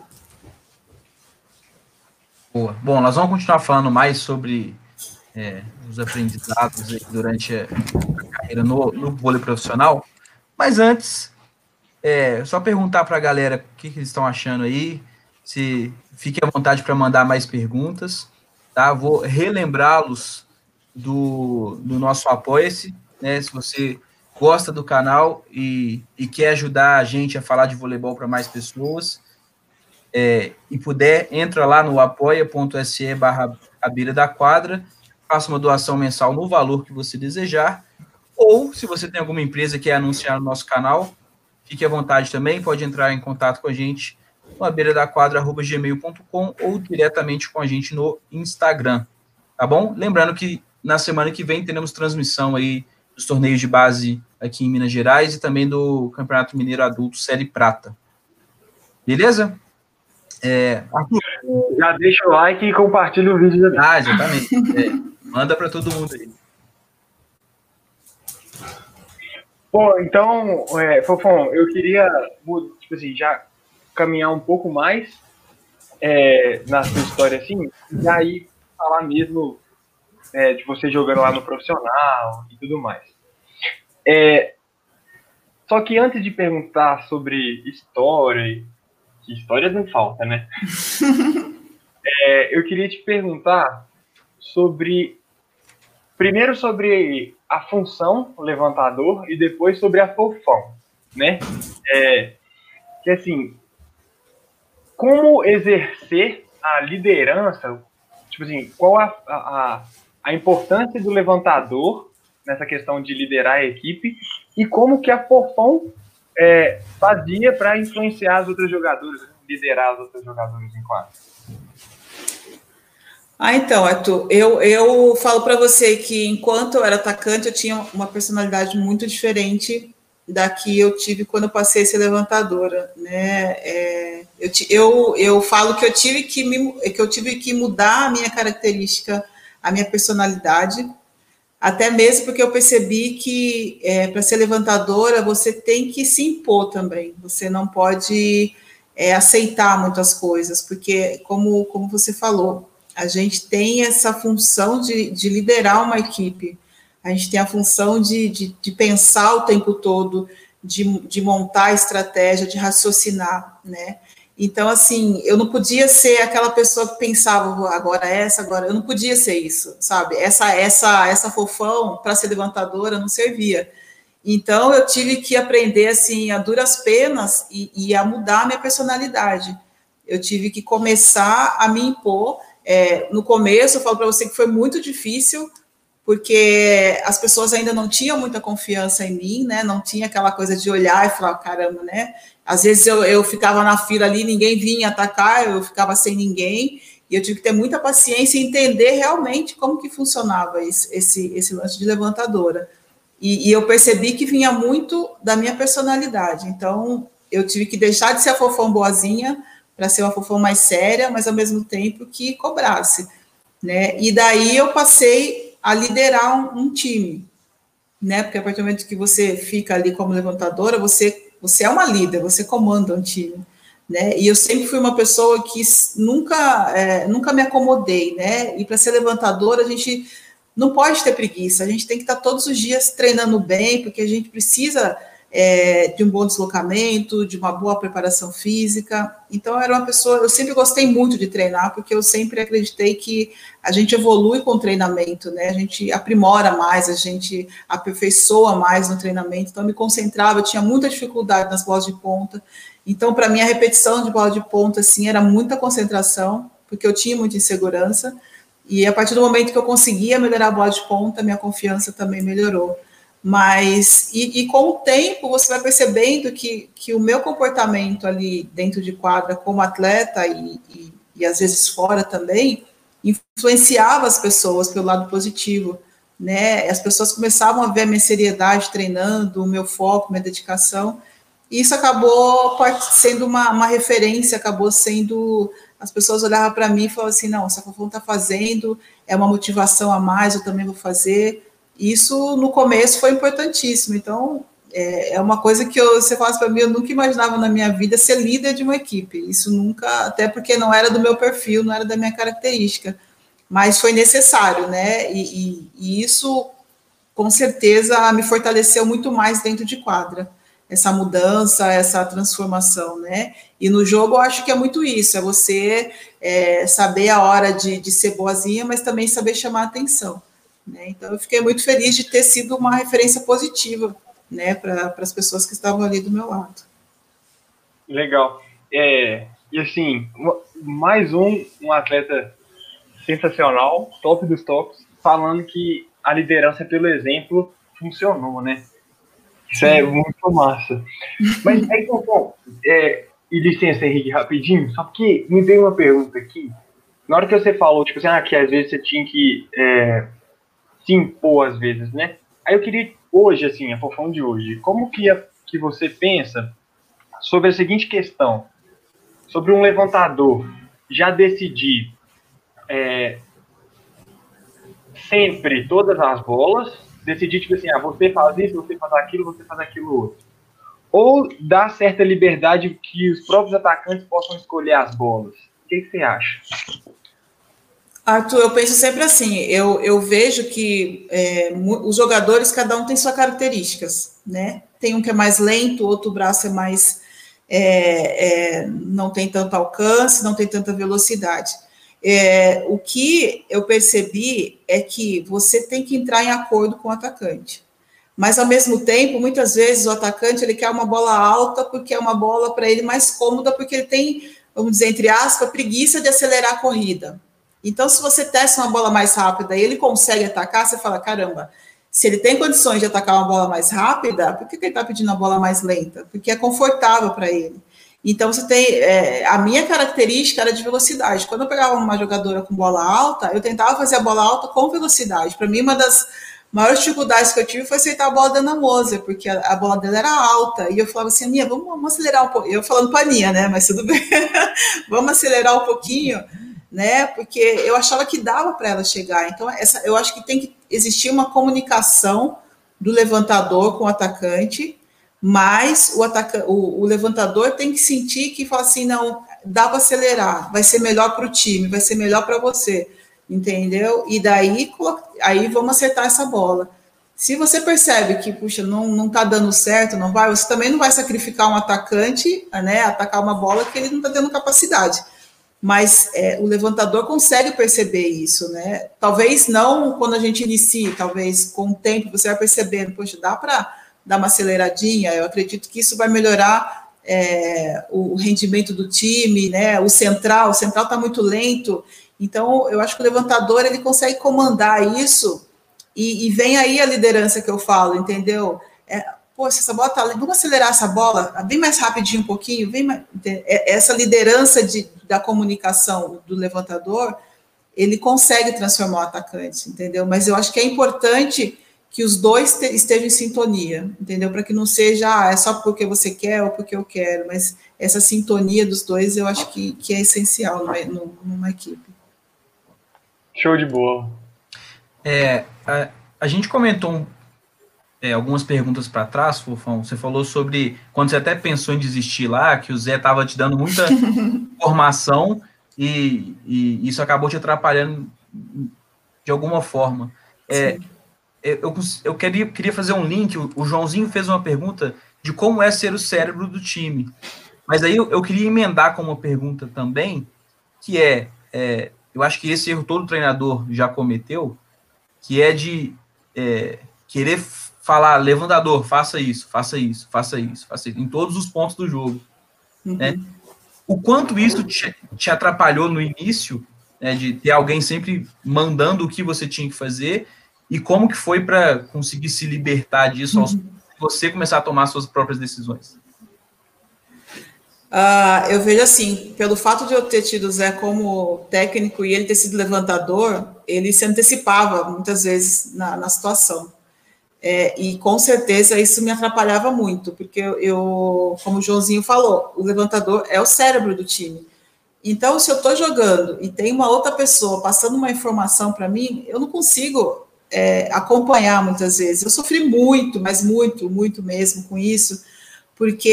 Boa. Bom, nós vamos continuar falando mais sobre é, os aprendizados aí durante a carreira no, no vôlei profissional, mas antes, é, só perguntar para a galera o que, que eles estão achando aí, se fique à vontade para mandar mais perguntas, tá? Vou relembrá-los do, do nosso Apoia-se, né? Se você gosta do canal e, e quer ajudar a gente a falar de voleibol para mais pessoas, é, e puder, entra lá no apoia.se barra a beira da quadra, faça uma doação mensal no valor que você desejar, ou se você tem alguma empresa que quer anunciar no nosso canal, fique à vontade também, pode entrar em contato com a gente no a beira da quadra arroba gmail ponto com ou diretamente com a gente no Instagram, tá bom? Lembrando que na semana que vem teremos transmissão aí dos torneios de base aqui em Minas Gerais e também do Campeonato Mineiro Adulto Série Prata. Beleza? É, Arthur. Já deixa o like e compartilha o vídeo também. Ah, exatamente. É, manda para todo mundo aí. Pô, então, é, Fofão, eu queria, tipo assim, já caminhar um pouco mais é, na sua história, assim, e aí falar mesmo é, de você jogando lá no profissional e tudo mais. É, só que antes de perguntar sobre história, que histórias não falta, né? é, eu queria te perguntar sobre, primeiro sobre a função levantador e depois sobre a Fofão, né? É, que assim, como exercer a liderança, tipo assim, qual a, a, a importância do levantador nessa questão de liderar a equipe e como que a Fofão é, fazia para influenciar as outras jogadoras, liderar as outras jogadoras em quadra. Ah, então, Arthur, eu, eu falo para você que enquanto eu era atacante, eu tinha uma personalidade muito diferente da que eu tive quando eu passei a ser levantadora, né? É, eu, eu, eu falo que eu tive que me, que eu tive que mudar a minha característica, a minha personalidade, até mesmo porque eu percebi que é, para ser levantadora você tem que se impor também, você não pode é, aceitar muitas coisas, porque como, como você falou, a gente tem essa função de, de liderar uma equipe, a gente tem a função de, de, de pensar o tempo todo, de, de montar a estratégia, de raciocinar, né? Então, assim, eu não podia ser aquela pessoa que pensava agora essa, agora... Eu não podia ser isso, sabe? Essa, essa, essa Fofão, para ser levantadora, não servia. Então, eu tive que aprender, assim, a duras penas e, e a mudar a minha personalidade. Eu tive que começar a me impor. É, no começo, eu falo para você que foi muito difícil, porque as pessoas ainda não tinham muita confiança em mim, né? Não tinha aquela coisa de olhar e falar, caramba, né? Às vezes eu, eu ficava na fila ali, ninguém vinha atacar, eu ficava sem ninguém, e eu tive que ter muita paciência e entender realmente como que funcionava esse, esse, esse lance de levantadora. E, e eu percebi que vinha muito da minha personalidade, então eu tive que deixar de ser a Fofão boazinha para ser uma Fofão mais séria, mas ao mesmo tempo que cobrasse, né? E daí eu passei a liderar um, um time, né? Porque a partir do momento que você fica ali como levantadora, você Você é uma líder, você comanda um time, né? E eu sempre fui uma pessoa que nunca, é, nunca me acomodei, né? E para ser levantadora, a gente não pode ter preguiça, a gente tem que estar todos os dias treinando bem, porque a gente precisa é, de um bom deslocamento, de uma boa preparação física. Então, eu era uma pessoa, eu sempre gostei muito de treinar, porque eu sempre acreditei que a gente evolui com o treinamento, né? A gente aprimora mais, a gente aperfeiçoa mais no treinamento. Então, eu me concentrava, eu tinha muita dificuldade nas bolas de ponta. Então, para mim, a repetição de bola de ponta, assim, era muita concentração, porque eu tinha muita insegurança. E a partir do momento que eu conseguia melhorar a bola de ponta, minha confiança também melhorou. Mas, e, e com o tempo, você vai percebendo que, que o meu comportamento ali dentro de quadra como atleta e, e, e às vezes fora também, influenciava as pessoas pelo lado positivo, né? As pessoas começavam a ver a minha seriedade treinando, o meu foco, minha dedicação, e isso acabou sendo uma, uma referência, acabou sendo... As pessoas olhavam para mim e falavam assim, não, se a Fofão está fazendo, é uma motivação a mais, eu também vou fazer. Isso, no começo, foi importantíssimo. Então, é, é uma coisa que eu, você fala para mim, eu nunca imaginava na minha vida ser líder de uma equipe. Isso nunca, até porque não era do meu perfil, não era da minha característica. Mas foi necessário, né? E, e, e isso, com certeza, me fortaleceu muito mais dentro de quadra. Essa mudança, essa transformação, né? E no jogo eu acho que é muito isso, é você é, saber a hora de, de ser boazinha, mas também saber chamar a atenção, né? Então eu fiquei muito feliz de ter sido uma referência positiva, né, para as pessoas que estavam ali do meu lado. Legal. É, e assim, mais um, um atleta sensacional, top dos tops, falando que a liderança pelo exemplo funcionou, né? Isso é muito massa. Mas aí, bom, é, e licença, Henrique, rapidinho, só que me veio uma pergunta aqui. Na hora que você falou, tipo assim, ah, que às vezes você tinha que é, se impor às vezes, né? Aí eu queria, hoje, assim, a Fofão de hoje, como que, é, que você pensa sobre a seguinte questão, sobre um levantador já decidir é, sempre todas as bolas, decidir, tipo assim, ah, você faz isso, você faz aquilo, você faz aquilo outro. Ou dar certa liberdade que os próprios atacantes possam escolher as bolas. O que, que você acha? Arthur, eu penso sempre assim, eu, eu vejo que é, os jogadores, cada um tem suas características, né? Tem um que é mais lento, outro braço é mais... É, é, não tem tanto alcance, não tem tanta velocidade. É, o que eu percebi é que você tem que entrar em acordo com o atacante. Mas, ao mesmo tempo, muitas vezes o atacante ele quer uma bola alta porque é uma bola para ele mais cômoda, porque ele tem, vamos dizer, entre aspas, preguiça de acelerar a corrida. Então, se você testa uma bola mais rápida e ele consegue atacar, você fala, caramba, se ele tem condições de atacar uma bola mais rápida, por que ele está pedindo uma bola mais lenta? Porque é confortável para ele. Então, você tem... É, a minha característica era de velocidade. Quando eu pegava uma jogadora com bola alta, eu tentava fazer a bola alta com velocidade. Para mim, uma das maiores dificuldades que eu tive foi aceitar a bola da Ana Moser, porque a, a bola dela era alta. E eu falava assim, Aninha, vamos, vamos acelerar um pouco. Eu falando para a Aninha, né? Mas tudo bem. Vamos acelerar um pouquinho, né? Porque eu achava que dava para ela chegar. Então, essa, eu acho que tem que existir uma comunicação do levantador com o atacante, mas o, ataca, o, o levantador tem que sentir que fala assim, não, dá para acelerar, vai ser melhor para o time, vai ser melhor para você, entendeu? E daí aí vamos acertar essa bola. Se você percebe que, puxa, não, não tá dando certo, não vai, você também não vai sacrificar um atacante, né, atacar uma bola que ele não está tendo capacidade. Mas é, o levantador consegue perceber isso, né? Talvez não quando a gente inicia, talvez com o tempo você vai percebendo, poxa, dá para dar uma aceleradinha, eu acredito que isso vai melhorar é, o rendimento do time, né? O central, o central está muito lento, então eu acho que o levantador ele consegue comandar isso e, e vem aí a liderança que eu falo, entendeu? É, poxa, essa bola tá, vamos acelerar essa bola, bem mais rapidinho um pouquinho, vem mais, essa liderança de, da comunicação do levantador, ele consegue transformar o atacante, entendeu? Mas eu acho que é importante que os dois te, estejam em sintonia, entendeu? Para que não seja, ah, é só porque você quer ou porque eu quero, mas essa sintonia dos dois eu acho que, que é essencial numa, numa equipe. Show de bola. É, a, a gente comentou um É, algumas perguntas para trás, Fofão. Você falou sobre quando você até pensou em desistir lá, que o Zé estava te dando muita informação e, e isso acabou te atrapalhando de alguma forma. É, eu, eu queria, queria fazer um link. O, o Joãozinho fez uma pergunta de como é ser o cérebro do time. Mas aí eu, eu queria emendar com uma pergunta também, que é, é, eu acho que esse erro todo treinador já cometeu, que é de é, querer falar, levantador, faça isso, faça isso, faça isso, faça isso, em todos os pontos do jogo. Uhum. Né? O quanto isso te, te atrapalhou no início, né, de ter alguém sempre mandando o que você tinha que fazer, e como que foi para conseguir se libertar disso, uhum. você começar a tomar suas próprias decisões? Uh, eu vejo assim, pelo fato de eu ter tido o Zé como técnico e ele ter sido levantador, ele se antecipava muitas vezes na, na situação. É, e com certeza isso me atrapalhava muito, porque eu, eu, como o Joãozinho falou, o levantador é o cérebro do time. Então, se eu estou jogando e tem uma outra pessoa passando uma informação para mim, eu não consigo é, acompanhar muitas vezes. Eu sofri muito, mas muito, muito mesmo com isso, porque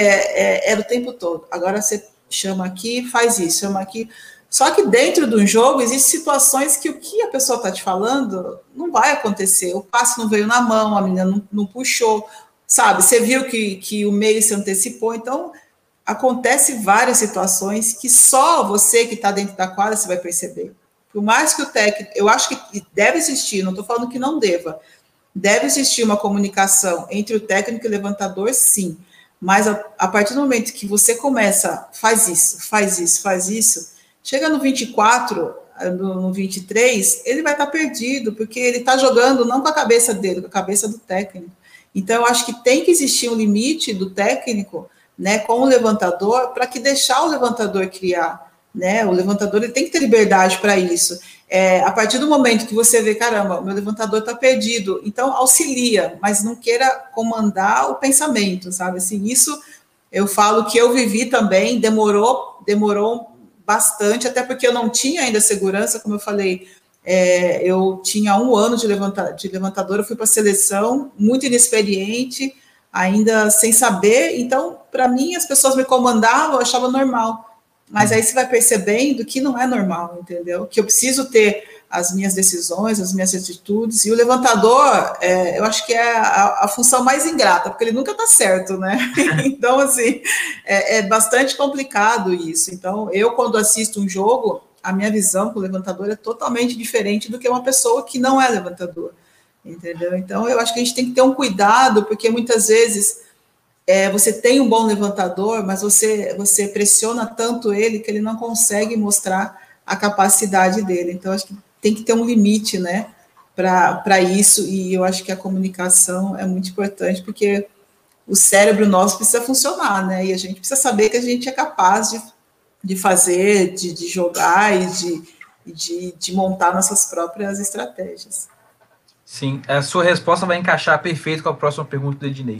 é, era o tempo todo. Agora você chama aqui, faz isso, chama aqui. Só que dentro de um jogo existem situações que o que a pessoa está te falando não vai acontecer. O passe não veio na mão, a menina não, não puxou, sabe? Você viu que, que o meio se antecipou, então acontece várias situações que só você que está dentro da quadra você vai perceber. Por mais que o técnico, eu acho que deve existir, não estou falando que não deva, deve existir uma comunicação entre o técnico e o levantador, sim. Mas a, a partir do momento que você começa, faz isso, faz isso, faz isso, chega no vinte e quatro, no, no vinte e três, ele vai estar perdido, porque ele está jogando não com a cabeça dele, com a cabeça do técnico. Então, eu acho que tem que existir um limite do técnico, né, com o levantador, para que deixar o levantador criar, né? O levantador ele tem que ter liberdade para isso. É, a partir do momento que você vê, caramba, o meu levantador está perdido, então auxilia, mas não queira comandar o pensamento, sabe? Assim, isso eu falo que eu vivi também, demorou, demorou bastante, até porque eu não tinha ainda segurança, como eu falei, é, eu tinha um ano de, levanta, de levantador, eu fui para a seleção, muito inexperiente, ainda sem saber, então, para mim, as pessoas me comandavam, eu achava normal, mas aí você vai percebendo que não é normal, entendeu? Que eu preciso ter as minhas decisões, as minhas atitudes, e o levantador, é, eu acho que é a, a função mais ingrata, porque ele nunca está certo, né? Então, assim, é, é bastante complicado isso. Então, eu, quando assisto um jogo, a minha visão com o levantador é totalmente diferente do que uma pessoa que não é levantador, entendeu? Então, eu acho que a gente tem que ter um cuidado, porque muitas vezes é, você tem um bom levantador, mas você, você pressiona tanto ele que ele não consegue mostrar a capacidade dele. Então, acho que tem que ter um limite, né, para isso, e eu acho que a comunicação é muito importante, porque o cérebro nosso precisa funcionar, né, e a gente precisa saber que a gente é capaz de, de fazer, de, de jogar e de, de, de montar nossas próprias estratégias. Sim, a sua resposta vai encaixar perfeito com a próxima pergunta do Ednei.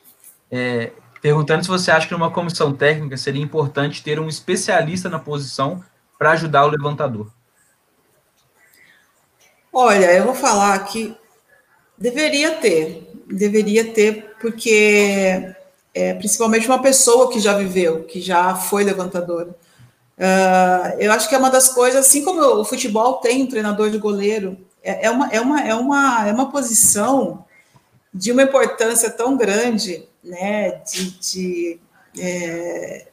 É, perguntando se você acha que numa comissão técnica seria importante ter um especialista na posição para ajudar o levantador. Olha, eu vou falar que deveria ter, deveria ter, porque é, principalmente uma pessoa que já viveu, que já foi levantadora. Uh, eu acho que é uma das coisas, assim como o futebol tem um treinador de goleiro, é, é, uma, é, uma, é, uma, é uma posição de uma importância tão grande, né, de, de é,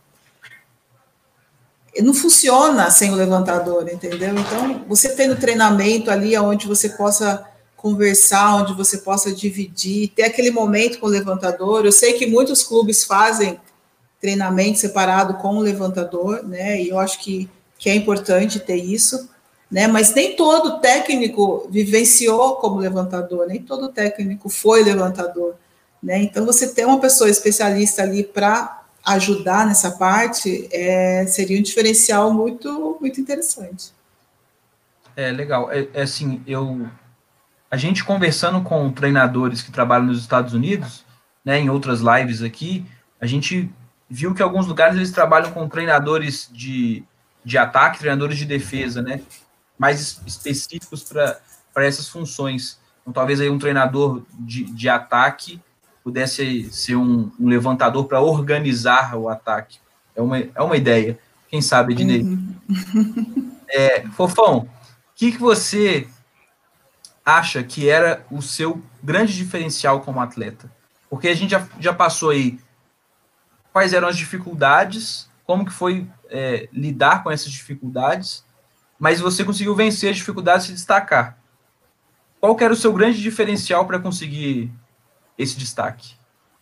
não funciona sem o levantador, entendeu? Então, você tem no treinamento ali onde você possa conversar, onde você possa dividir, ter aquele momento com o levantador. Eu sei que muitos clubes fazem treinamento separado com o levantador, né? E eu acho que, que é importante ter isso, né? Mas nem todo técnico vivenciou como levantador, nem todo técnico foi levantador, né? Então, você ter uma pessoa especialista ali para ajudar nessa parte é, seria um diferencial muito, muito interessante. É legal. É, é assim, eu, a gente conversando com treinadores que trabalham nos Estados Unidos, né, em outras lives aqui, a gente viu que em alguns lugares eles trabalham com treinadores de, de ataque, treinadores de defesa, né, mais específicos para essas funções. Então, talvez aí um treinador de, de ataque pudesse ser um, um levantador para organizar o ataque. É uma, é uma ideia. Quem sabe, Ednei? Uhum. É, Fofão, o que, que você acha que era o seu grande diferencial como atleta? Porque a gente já, já passou aí quais eram as dificuldades, como que foi é, lidar com essas dificuldades, mas você conseguiu vencer as dificuldades e se destacar. Qual que era o seu grande diferencial para conseguir esse destaque?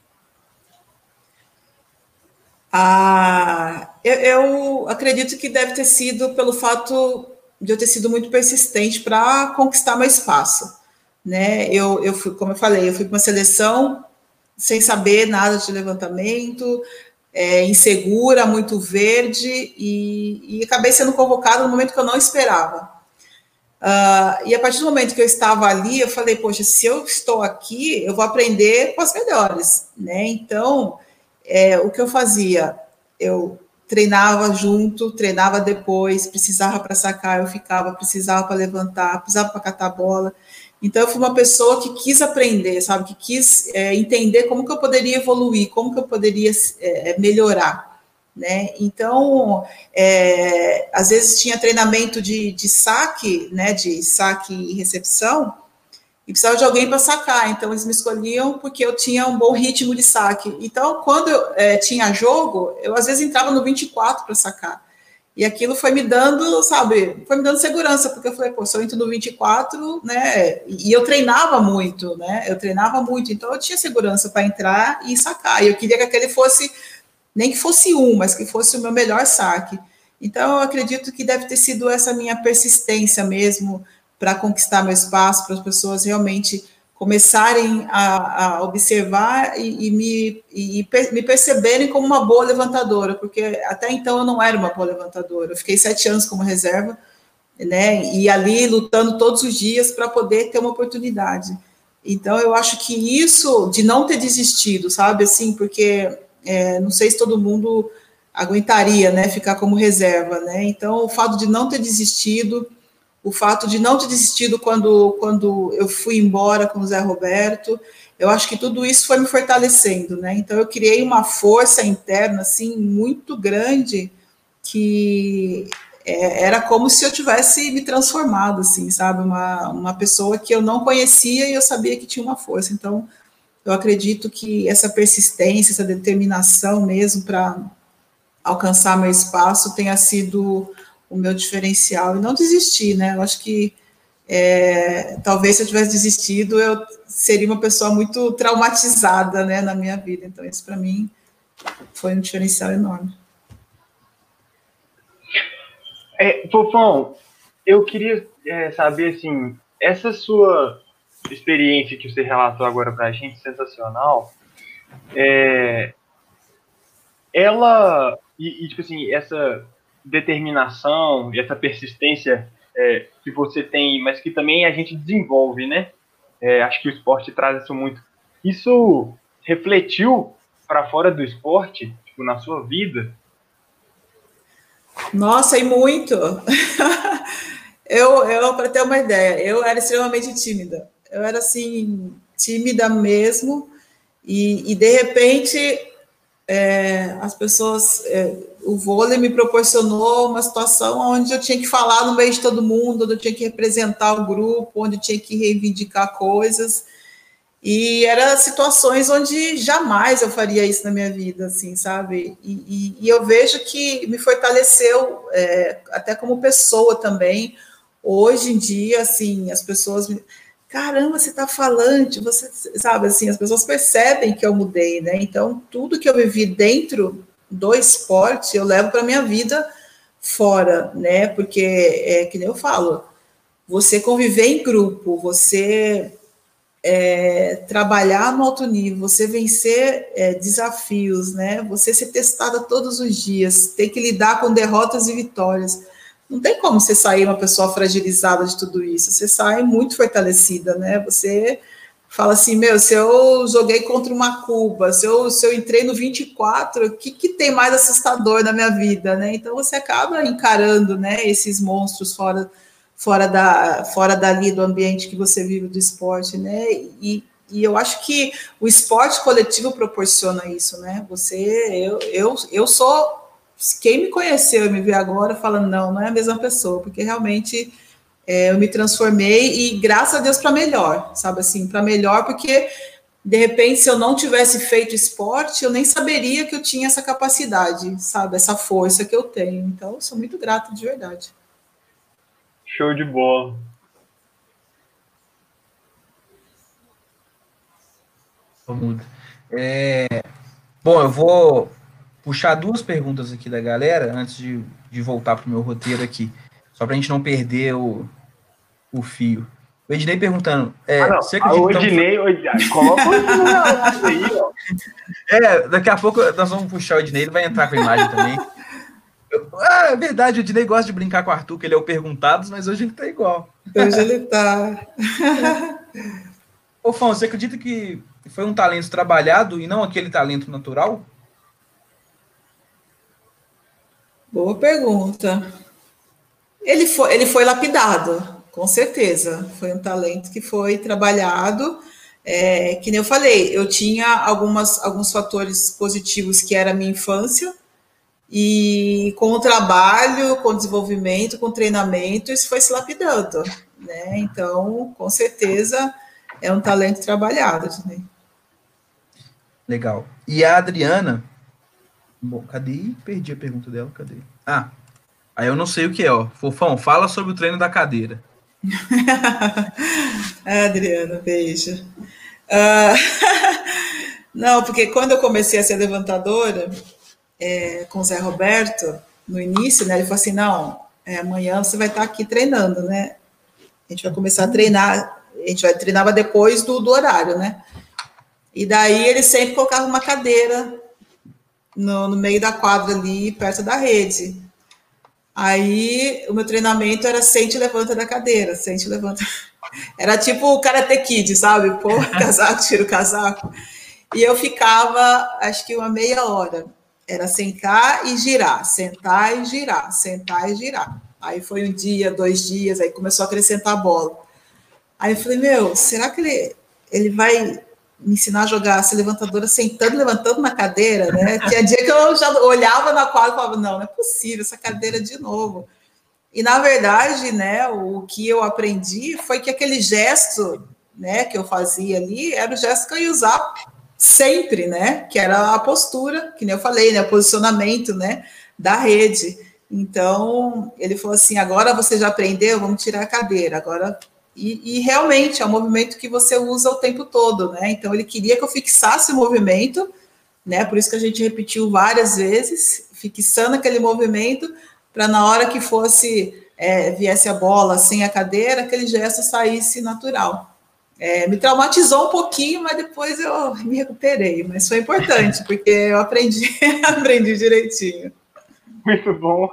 Ah, eu, eu acredito que deve ter sido pelo fato de eu ter sido muito persistente para conquistar meu espaço, né? Eu, eu fui, como eu falei, eu fui para uma seleção sem saber nada de levantamento, é, insegura, muito verde, e, e acabei sendo convocada no momento que eu não esperava. Uh, e a partir do momento que eu estava ali, eu falei, poxa, se eu estou aqui, eu vou aprender com as melhores, né? Então, é, o que eu fazia? Eu treinava junto, treinava depois, precisava para sacar, eu ficava, precisava para levantar, precisava para catar a bola. Então, eu fui uma pessoa que quis aprender, sabe? Que quis é, entender como que eu poderia evoluir, como que eu poderia é, melhorar. Né? Então, é, às vezes tinha treinamento de, de saque, né, de saque e recepção, e precisava de alguém para sacar, então eles me escolhiam porque eu tinha um bom ritmo de saque. Então, quando eu é, tinha jogo, eu às vezes entrava no vinte e quatro para sacar, e aquilo foi me dando, sabe, foi me dando segurança, porque eu falei, pô, se eu entro no vinte e quatro, né, e eu treinava muito, né, eu treinava muito, então eu tinha segurança para entrar e sacar, e eu queria que aquele fosse nem que fosse um, mas que fosse o meu melhor saque. Então, eu acredito que deve ter sido essa minha persistência mesmo para conquistar meu espaço, para as pessoas realmente começarem a, a observar e, e, me, e me perceberem como uma boa levantadora, porque até então eu não era uma boa levantadora. Eu fiquei sete anos como reserva, né, e ali lutando todos os dias para poder ter uma oportunidade. Então, eu acho que isso de não ter desistido, sabe, assim, porque... É, não sei se todo mundo aguentaria, né, ficar como reserva, né, então o fato de não ter desistido, o fato de não ter desistido quando, quando eu fui embora com o Zé Roberto, eu acho que tudo isso foi me fortalecendo, né, então eu criei uma força interna, assim, muito grande, que é, era como se eu tivesse me transformado, assim, sabe, uma, uma pessoa que eu não conhecia e eu sabia que tinha uma força, então eu acredito que essa persistência, essa determinação mesmo para alcançar meu espaço tenha sido o meu diferencial. E não desistir, né? Eu acho que é, talvez se eu tivesse desistido, eu seria uma pessoa muito traumatizada, né, na minha vida. Então, isso para mim foi um diferencial enorme. É, Fofão, eu queria é, saber, assim, essa sua experiência que você relatou agora pra gente, sensacional, é, ela, e, e tipo assim, essa determinação e essa persistência é, que você tem, mas que também a gente desenvolve, né? É, acho que o esporte traz isso muito. Isso refletiu para fora do esporte, tipo, na sua vida? Nossa, e muito! eu, eu para ter uma ideia, eu era extremamente tímida. Eu era, assim, tímida mesmo, e, e de repente, é, as pessoas, é, o vôlei me proporcionou uma situação onde eu tinha que falar no meio de todo mundo, onde eu tinha que representar o grupo, onde eu tinha que reivindicar coisas, e eram situações onde jamais eu faria isso na minha vida, assim, sabe? E, e, e eu vejo que me fortaleceu, é, até como pessoa também. Hoje em dia, assim, as pessoas me... Caramba, você tá falante, você sabe, assim, as pessoas percebem que eu mudei, né? Então, tudo que eu vivi dentro do esporte, eu levo para minha vida fora, né? Porque, é que nem eu falo, você conviver em grupo, você é, trabalhar no alto nível, você vencer é, desafios, né? Você ser testada todos os dias, ter que lidar com derrotas e vitórias. Não tem como você sair uma pessoa fragilizada de tudo isso, você sai muito fortalecida, né? Você fala assim, meu, se eu joguei contra uma Cuba, se eu, se eu entrei no vinte e quatro, o que, que tem mais assustador na minha vida, né? Então você acaba encarando, né, esses monstros fora, fora, da, fora dali do ambiente que você vive do esporte, né? E, e eu acho que o esporte coletivo proporciona isso, né? Você, eu, eu, eu sou... Quem me conheceu e me vê agora falando, não, não é a mesma pessoa, porque realmente é, eu me transformei e graças a Deus para melhor, sabe assim, para melhor, porque de repente se eu não tivesse feito esporte, eu nem saberia que eu tinha essa capacidade, sabe, essa força que eu tenho. Então, eu sou muito grata de verdade. Show de bola. É, bom, eu vou puxar duas perguntas aqui da galera antes de, de voltar para o meu roteiro aqui, só para a gente não perder o, o fio. O Ednei perguntando... É, ah, não. você acredita, o Ednei... Então... Coloca o Ednei aí, ó. É, daqui a pouco nós vamos puxar o Ednei, ele vai entrar com a imagem também. Ah, é verdade, o Dinei gosta de brincar com o Arthur, que ele é o Perguntados, mas hoje ele tá igual. Hoje ele tá. Ô, Fão, você acredita que foi um talento trabalhado e não aquele talento natural? Boa pergunta. Ele foi, ele foi lapidado, com certeza. Foi um talento que foi trabalhado. É, que nem eu falei, eu tinha algumas, alguns fatores positivos que era a minha infância, e com o trabalho, com o desenvolvimento, com o treinamento, isso foi se lapidando, né? Então, com certeza, é um talento trabalhado. Né? Legal. E a Adriana... Bom, cadê? Perdi a pergunta dela, cadê? Ah, aí eu não sei o que é, ó. Fofão, fala sobre o treino da cadeira. Adriana, beijo. Uh, não, porque quando eu comecei a ser levantadora, é, com o Zé Roberto, no início, né, ele falou assim, não, é, amanhã você vai estar aqui treinando, né? A gente vai começar a treinar, a gente vai treinava depois do, do horário, né? E daí ele sempre colocava uma cadeira no, no meio da quadra ali, perto da rede. Aí o meu treinamento era sente e levanta da cadeira, sente e levanta. Era tipo o Karate Kid, sabe? Pô, casaco, tira o casaco. E eu ficava, acho que uma meia hora. Era sentar e girar, sentar e girar, sentar e girar. Aí foi um dia, dois dias, aí começou a acrescentar a bola. Aí eu falei, meu, será que ele, ele vai me ensinar a jogar se levantadora sentando, levantando na cadeira, né? Tinha dia que eu já olhava na quadra e falava, não, não é possível, essa cadeira de novo. E, na verdade, né, o que eu aprendi foi que aquele gesto, né, que eu fazia ali era o gesto que eu ia usar sempre, né, que era a postura, que nem eu falei, né, o posicionamento, né, da rede. Então, ele falou assim, agora você já aprendeu, vamos tirar a cadeira, agora... E, e realmente é um movimento que você usa o tempo todo, né? Então ele queria que eu fixasse o movimento, né? Por isso que a gente repetiu várias vezes, fixando aquele movimento, para na hora que fosse, é, viesse a bola sem a cadeira, aquele gesto saísse natural. É, me traumatizou um pouquinho, mas depois eu me recuperei. Mas foi importante, porque eu aprendi, aprendi direitinho. Muito bom.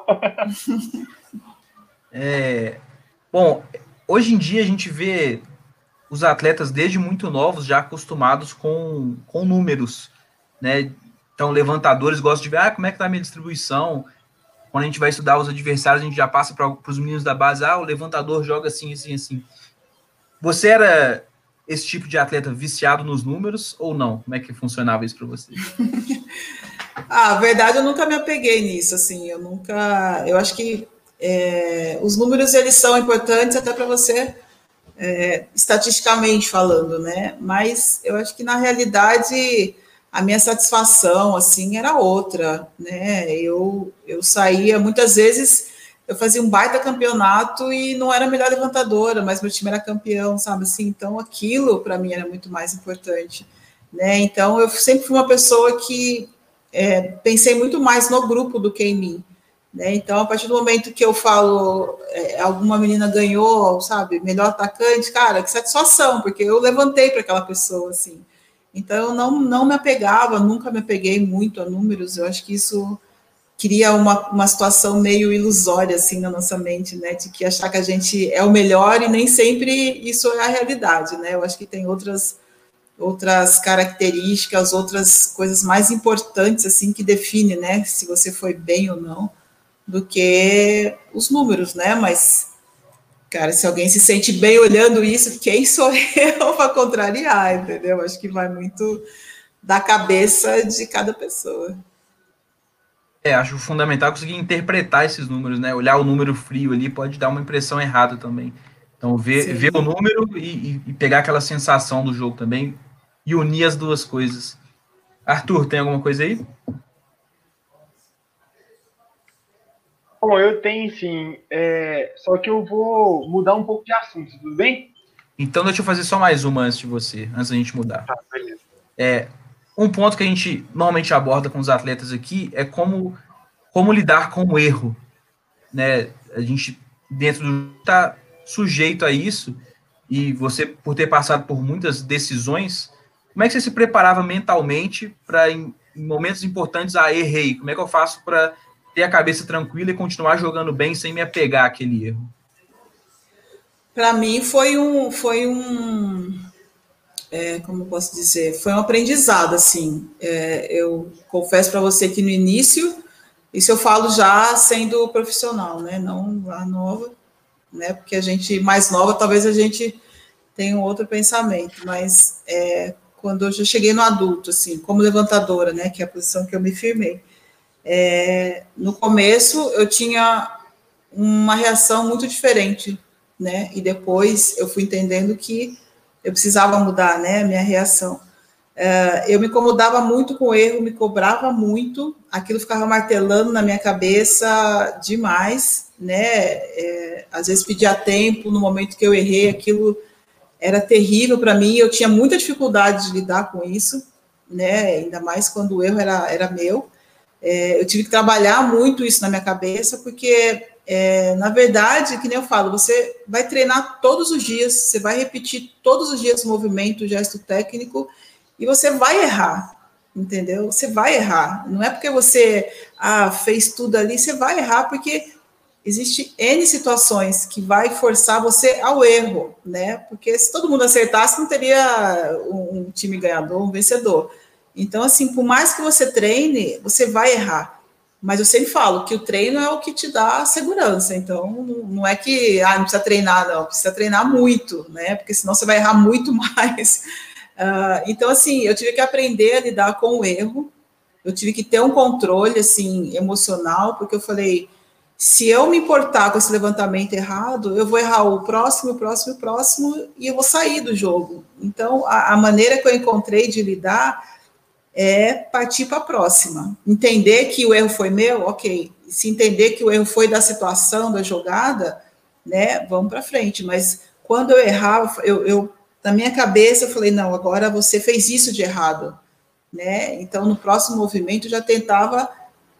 É, bom, hoje em dia a gente vê os atletas desde muito novos já acostumados com, com números, né? Então, levantadores gostam de ver, ah, como é que tá a minha distribuição? Quando a gente vai estudar os adversários, a gente já passa para os meninos da base, ah, o levantador joga assim, assim, assim. Você era esse tipo de atleta viciado nos números ou não? Como é que funcionava isso para você? Ah, a verdade, eu nunca me apeguei nisso, assim, eu nunca... Eu acho que é, os números, eles são importantes até para você, é, estatisticamente falando, né? Mas eu acho que, na realidade, a minha satisfação, assim, era outra, né? Eu, eu saía, muitas vezes, eu fazia um baita campeonato e não era a melhor levantadora, mas meu time era campeão, sabe assim? Então, aquilo, para mim, era muito mais importante, né? Então, eu sempre fui uma pessoa que é, pensei muito mais no grupo do que em mim, né? Então, a partir do momento que eu falo, é, alguma menina ganhou, sabe, melhor atacante, cara, que satisfação, porque eu levantei para aquela pessoa, assim. Então, eu não, não me apegava, nunca me apeguei muito a números, eu acho que isso cria uma, uma situação meio ilusória, assim, na nossa mente, né, de que achar que a gente é o melhor e nem sempre isso é a realidade, né? Eu acho que tem outras, outras características, outras coisas mais importantes, assim, que define, né, se você foi bem ou não, do que os números, né? Mas, cara, se alguém se sente bem olhando isso, quem sou eu para contrariar, entendeu? Acho que vai muito da cabeça de cada pessoa. É, acho fundamental conseguir interpretar esses números, né? Olhar o número frio ali pode dar uma impressão errada também. Então, ver, ver o número e, e pegar aquela sensação do jogo também e unir as duas coisas. Arthur, tem alguma coisa aí? Bom, eu tenho sim, é, só que eu vou mudar um pouco de assunto, tudo bem? Então, deixa eu fazer só mais uma antes de você, antes da gente mudar. Tá, beleza. É, um ponto que a gente normalmente aborda com os atletas aqui é como, como lidar com o erro, né? A gente, dentro do... está sujeito a isso, e você, por ter passado por muitas decisões, como é que você se preparava mentalmente para, em, em momentos importantes, ah, errei, como é que eu faço para ter a cabeça tranquila e continuar jogando bem sem me apegar àquele erro? Para mim foi um, foi um, é, como eu posso dizer, foi um aprendizado, assim. É, eu confesso para você que no início, isso eu falo já sendo profissional, né? Não a nova, né? Porque a gente mais nova, talvez a gente tenha um outro pensamento, mas é, quando eu já cheguei no adulto, assim, como levantadora, né? Que é a posição que eu me firmei. É, no começo eu tinha uma reação muito diferente, né? E depois eu fui entendendo que eu precisava mudar, né? Minha reação. É, eu me incomodava muito com o erro, me cobrava muito, aquilo ficava martelando na minha cabeça demais, né? É, às vezes pedia tempo no momento que eu errei, aquilo era terrível para mim. Eu tinha muita dificuldade de lidar com isso, né? Ainda mais quando o erro era, era meu. É, eu tive que trabalhar muito isso na minha cabeça, porque, é, na verdade, que nem eu falo, você vai treinar todos os dias, você vai repetir todos os dias o movimento, o gesto técnico, e você vai errar, entendeu? Você vai errar. Não é porque você ah, fez tudo ali, você vai errar, porque existe N situações que vai forçar você ao erro, né? Porque se todo mundo acertasse, não teria um time ganhador, um vencedor. Então, assim, por mais que você treine, você vai errar. Mas eu sempre falo que o treino é o que te dá segurança. Então, não é que ah, não precisa treinar, não. Precisa treinar muito, né? Porque senão você vai errar muito mais. Uh, então, assim, eu tive que aprender a lidar com o erro. Eu tive que ter um controle, assim, emocional, porque eu falei, se eu me importar com esse levantamento errado, eu vou errar o próximo, o próximo, o próximo, e eu vou sair do jogo. Então, a, a maneira que eu encontrei de lidar é partir para a próxima. Entender que o erro foi meu, ok. Se entender que o erro foi da situação, da jogada, né, vamos para frente. Mas quando eu errava, eu, eu, na minha cabeça, eu falei, não, agora você fez isso de errado. Né? Então, no próximo movimento, eu já tentava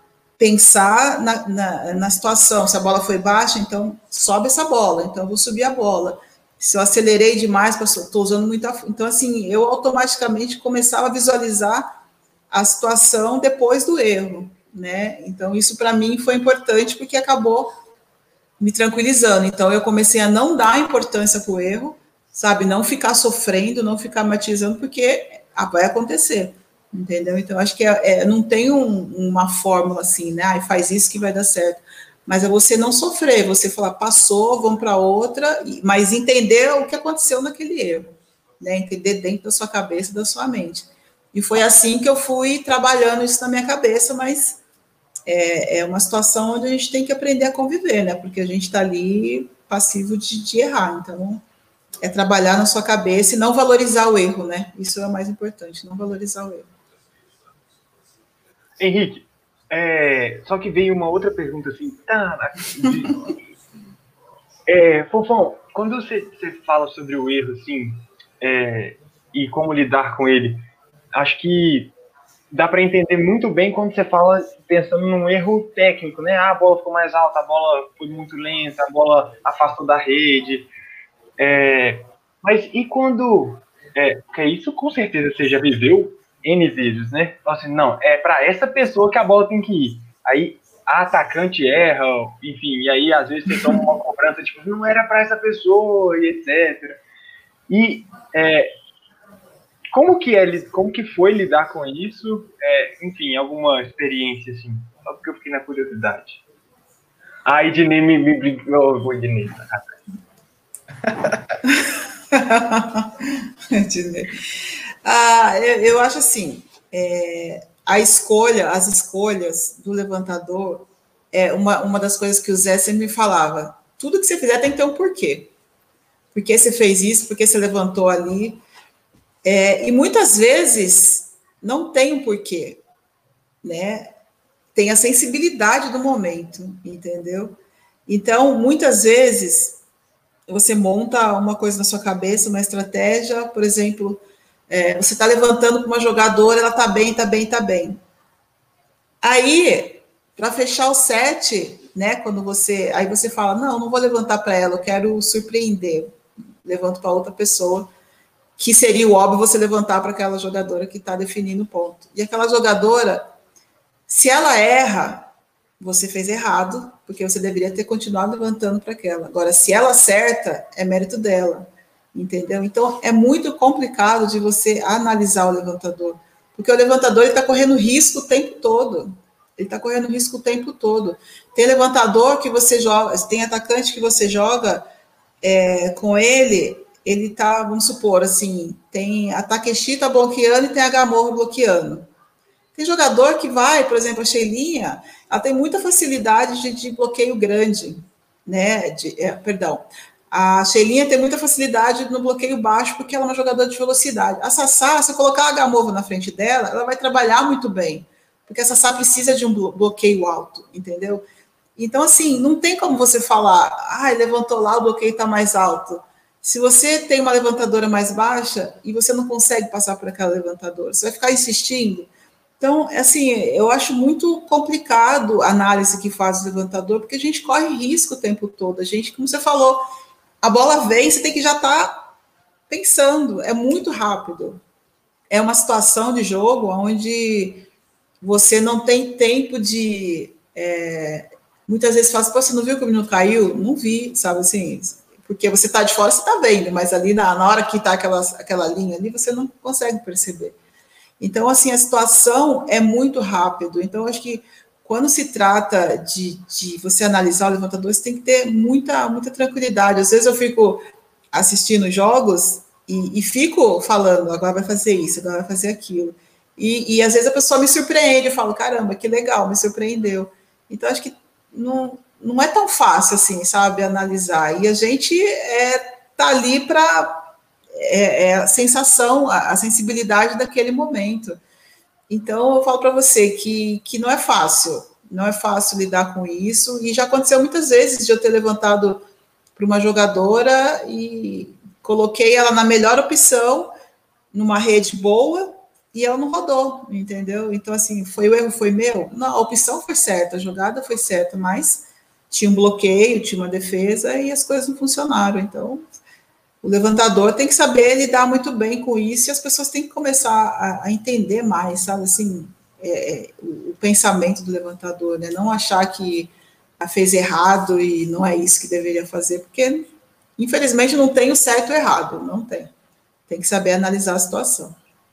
pensar na, na, na situação. Se a bola foi baixa, então sobe essa bola. Então, eu vou subir a bola. Se eu acelerei demais, estou usando muita... Então, assim, eu automaticamente começava a visualizar a situação depois do erro, né? Então, isso para mim foi importante porque acabou me tranquilizando. Então, eu comecei a não dar importância para o erro, sabe? Não ficar sofrendo, não ficar matizando, porque vai acontecer, entendeu? Então, acho que é, é, não tem um, uma fórmula assim, né? Ah, faz isso que vai dar certo. Mas é você não sofrer, você falar, passou, vamos para outra, mas entender o que aconteceu naquele erro, né? Entender dentro da sua cabeça, da sua mente. E foi assim que eu fui trabalhando isso na minha cabeça, mas é, é uma situação onde a gente tem que aprender a conviver, né? Porque a gente está ali passivo de, de errar. Então, é trabalhar na sua cabeça e não valorizar o erro, né? Isso é o mais importante, não valorizar o erro. Henrique, é, só que veio uma outra pergunta assim. Tá, é, Fofão, quando você, você fala sobre o erro, assim, é, e como lidar com ele, acho que dá para entender muito bem quando você fala pensando num erro técnico, né? Ah, a bola ficou mais alta, a bola foi muito lenta, a bola afastou da rede. É, mas e quando... É, porque isso com certeza você já viveu N vezes, né? Assim, não, é para essa pessoa que a bola tem que ir. Aí a atacante erra, enfim, e aí às vezes você toma uma cobrança, tipo, não era para essa pessoa, e etcétera. E... É, Como que, é, como que foi lidar com isso? É, enfim, alguma experiência, assim. Só porque eu fiquei na curiosidade. Ah, Ednei me brigou. Eu vou Ednei. ah, eu, eu acho assim, é, a escolha, as escolhas do levantador é uma, uma das coisas que o Zé sempre me falava. Tudo que você fizer tem que ter um porquê. Por que você fez isso? Por que você levantou ali? É, e muitas vezes não tem um porquê, né? Tem a sensibilidade do momento, entendeu? Então, muitas vezes, você monta uma coisa na sua cabeça, uma estratégia, por exemplo, é, você está levantando para uma jogadora, ela está bem, está bem, está bem. Aí, para fechar o set, né? Quando você, aí você fala, não, não vou levantar para ela, eu quero surpreender, levanto para outra pessoa, que seria o óbvio você levantar para aquela jogadora que está definindo o ponto. E aquela jogadora, se ela erra, você fez errado, porque você deveria ter continuado levantando para aquela. Agora, se ela acerta, é mérito dela, entendeu? Então, é muito complicado de você analisar o levantador, porque o levantador está correndo risco o tempo todo. Ele está correndo risco o tempo todo. Tem levantador que você joga, tem atacante que você joga é, com ele, ele tá, vamos supor, assim, tem a Takeshi tá bloqueando e tem a Gamorra bloqueando. Tem jogador que vai, por exemplo, a Sheilinha, ela tem muita facilidade de, de bloqueio grande, né? De, é, perdão. A Sheilinha tem muita facilidade no bloqueio baixo, porque ela é uma jogadora de velocidade. A Sassá, se eu colocar a Gamova na frente dela, ela vai trabalhar muito bem, porque a Sassá precisa de um bloqueio alto, entendeu? Então, assim, não tem como você falar, ah, levantou lá, o bloqueio está mais alto. Se você tem uma levantadora mais baixa e você não consegue passar por aquela levantadora, você vai ficar insistindo. Então, assim, eu acho muito complicado a análise que faz o levantador, porque a gente corre risco o tempo todo. A gente, como você falou, a bola vem, você tem que já estar tá pensando, é muito rápido. É uma situação de jogo onde você não tem tempo de... É, muitas vezes fala assim, pô, você não viu que o menino caiu? Não vi, sabe assim... Porque você está de fora, você está vendo, mas ali na, na hora que está aquela, aquela linha ali, você não consegue perceber. Então, assim, a situação é muito rápido. Então, acho que quando se trata de, de você analisar o levantador, você tem que ter muita, muita tranquilidade. Às vezes eu fico assistindo jogos e, e fico falando, agora vai fazer isso, agora vai fazer aquilo. E, e às vezes a pessoa me surpreende, eu falo, caramba, que legal, me surpreendeu. Então, acho que não, não é tão fácil assim, sabe, analisar. E a gente é, tá ali para... É, é a sensação, a, a sensibilidade daquele momento. Então, eu falo para você que, que não é fácil, não é fácil lidar com isso, e já aconteceu muitas vezes de eu ter levantado para uma jogadora e coloquei ela na melhor opção, numa rede boa, e ela não rodou, entendeu? Então, assim, foi o erro, foi meu? Não, a opção foi certa, a jogada foi certa, mas tinha um bloqueio, tinha uma defesa, e as coisas não funcionaram, então... O levantador tem que saber lidar muito bem com isso e as pessoas têm que começar a, a entender mais, sabe, assim, é, o, o pensamento do levantador, né? Não achar que a fez errado e não é isso que deveria fazer, porque, infelizmente, não tem o certo e o errado, não tem. Tem que saber analisar a situação.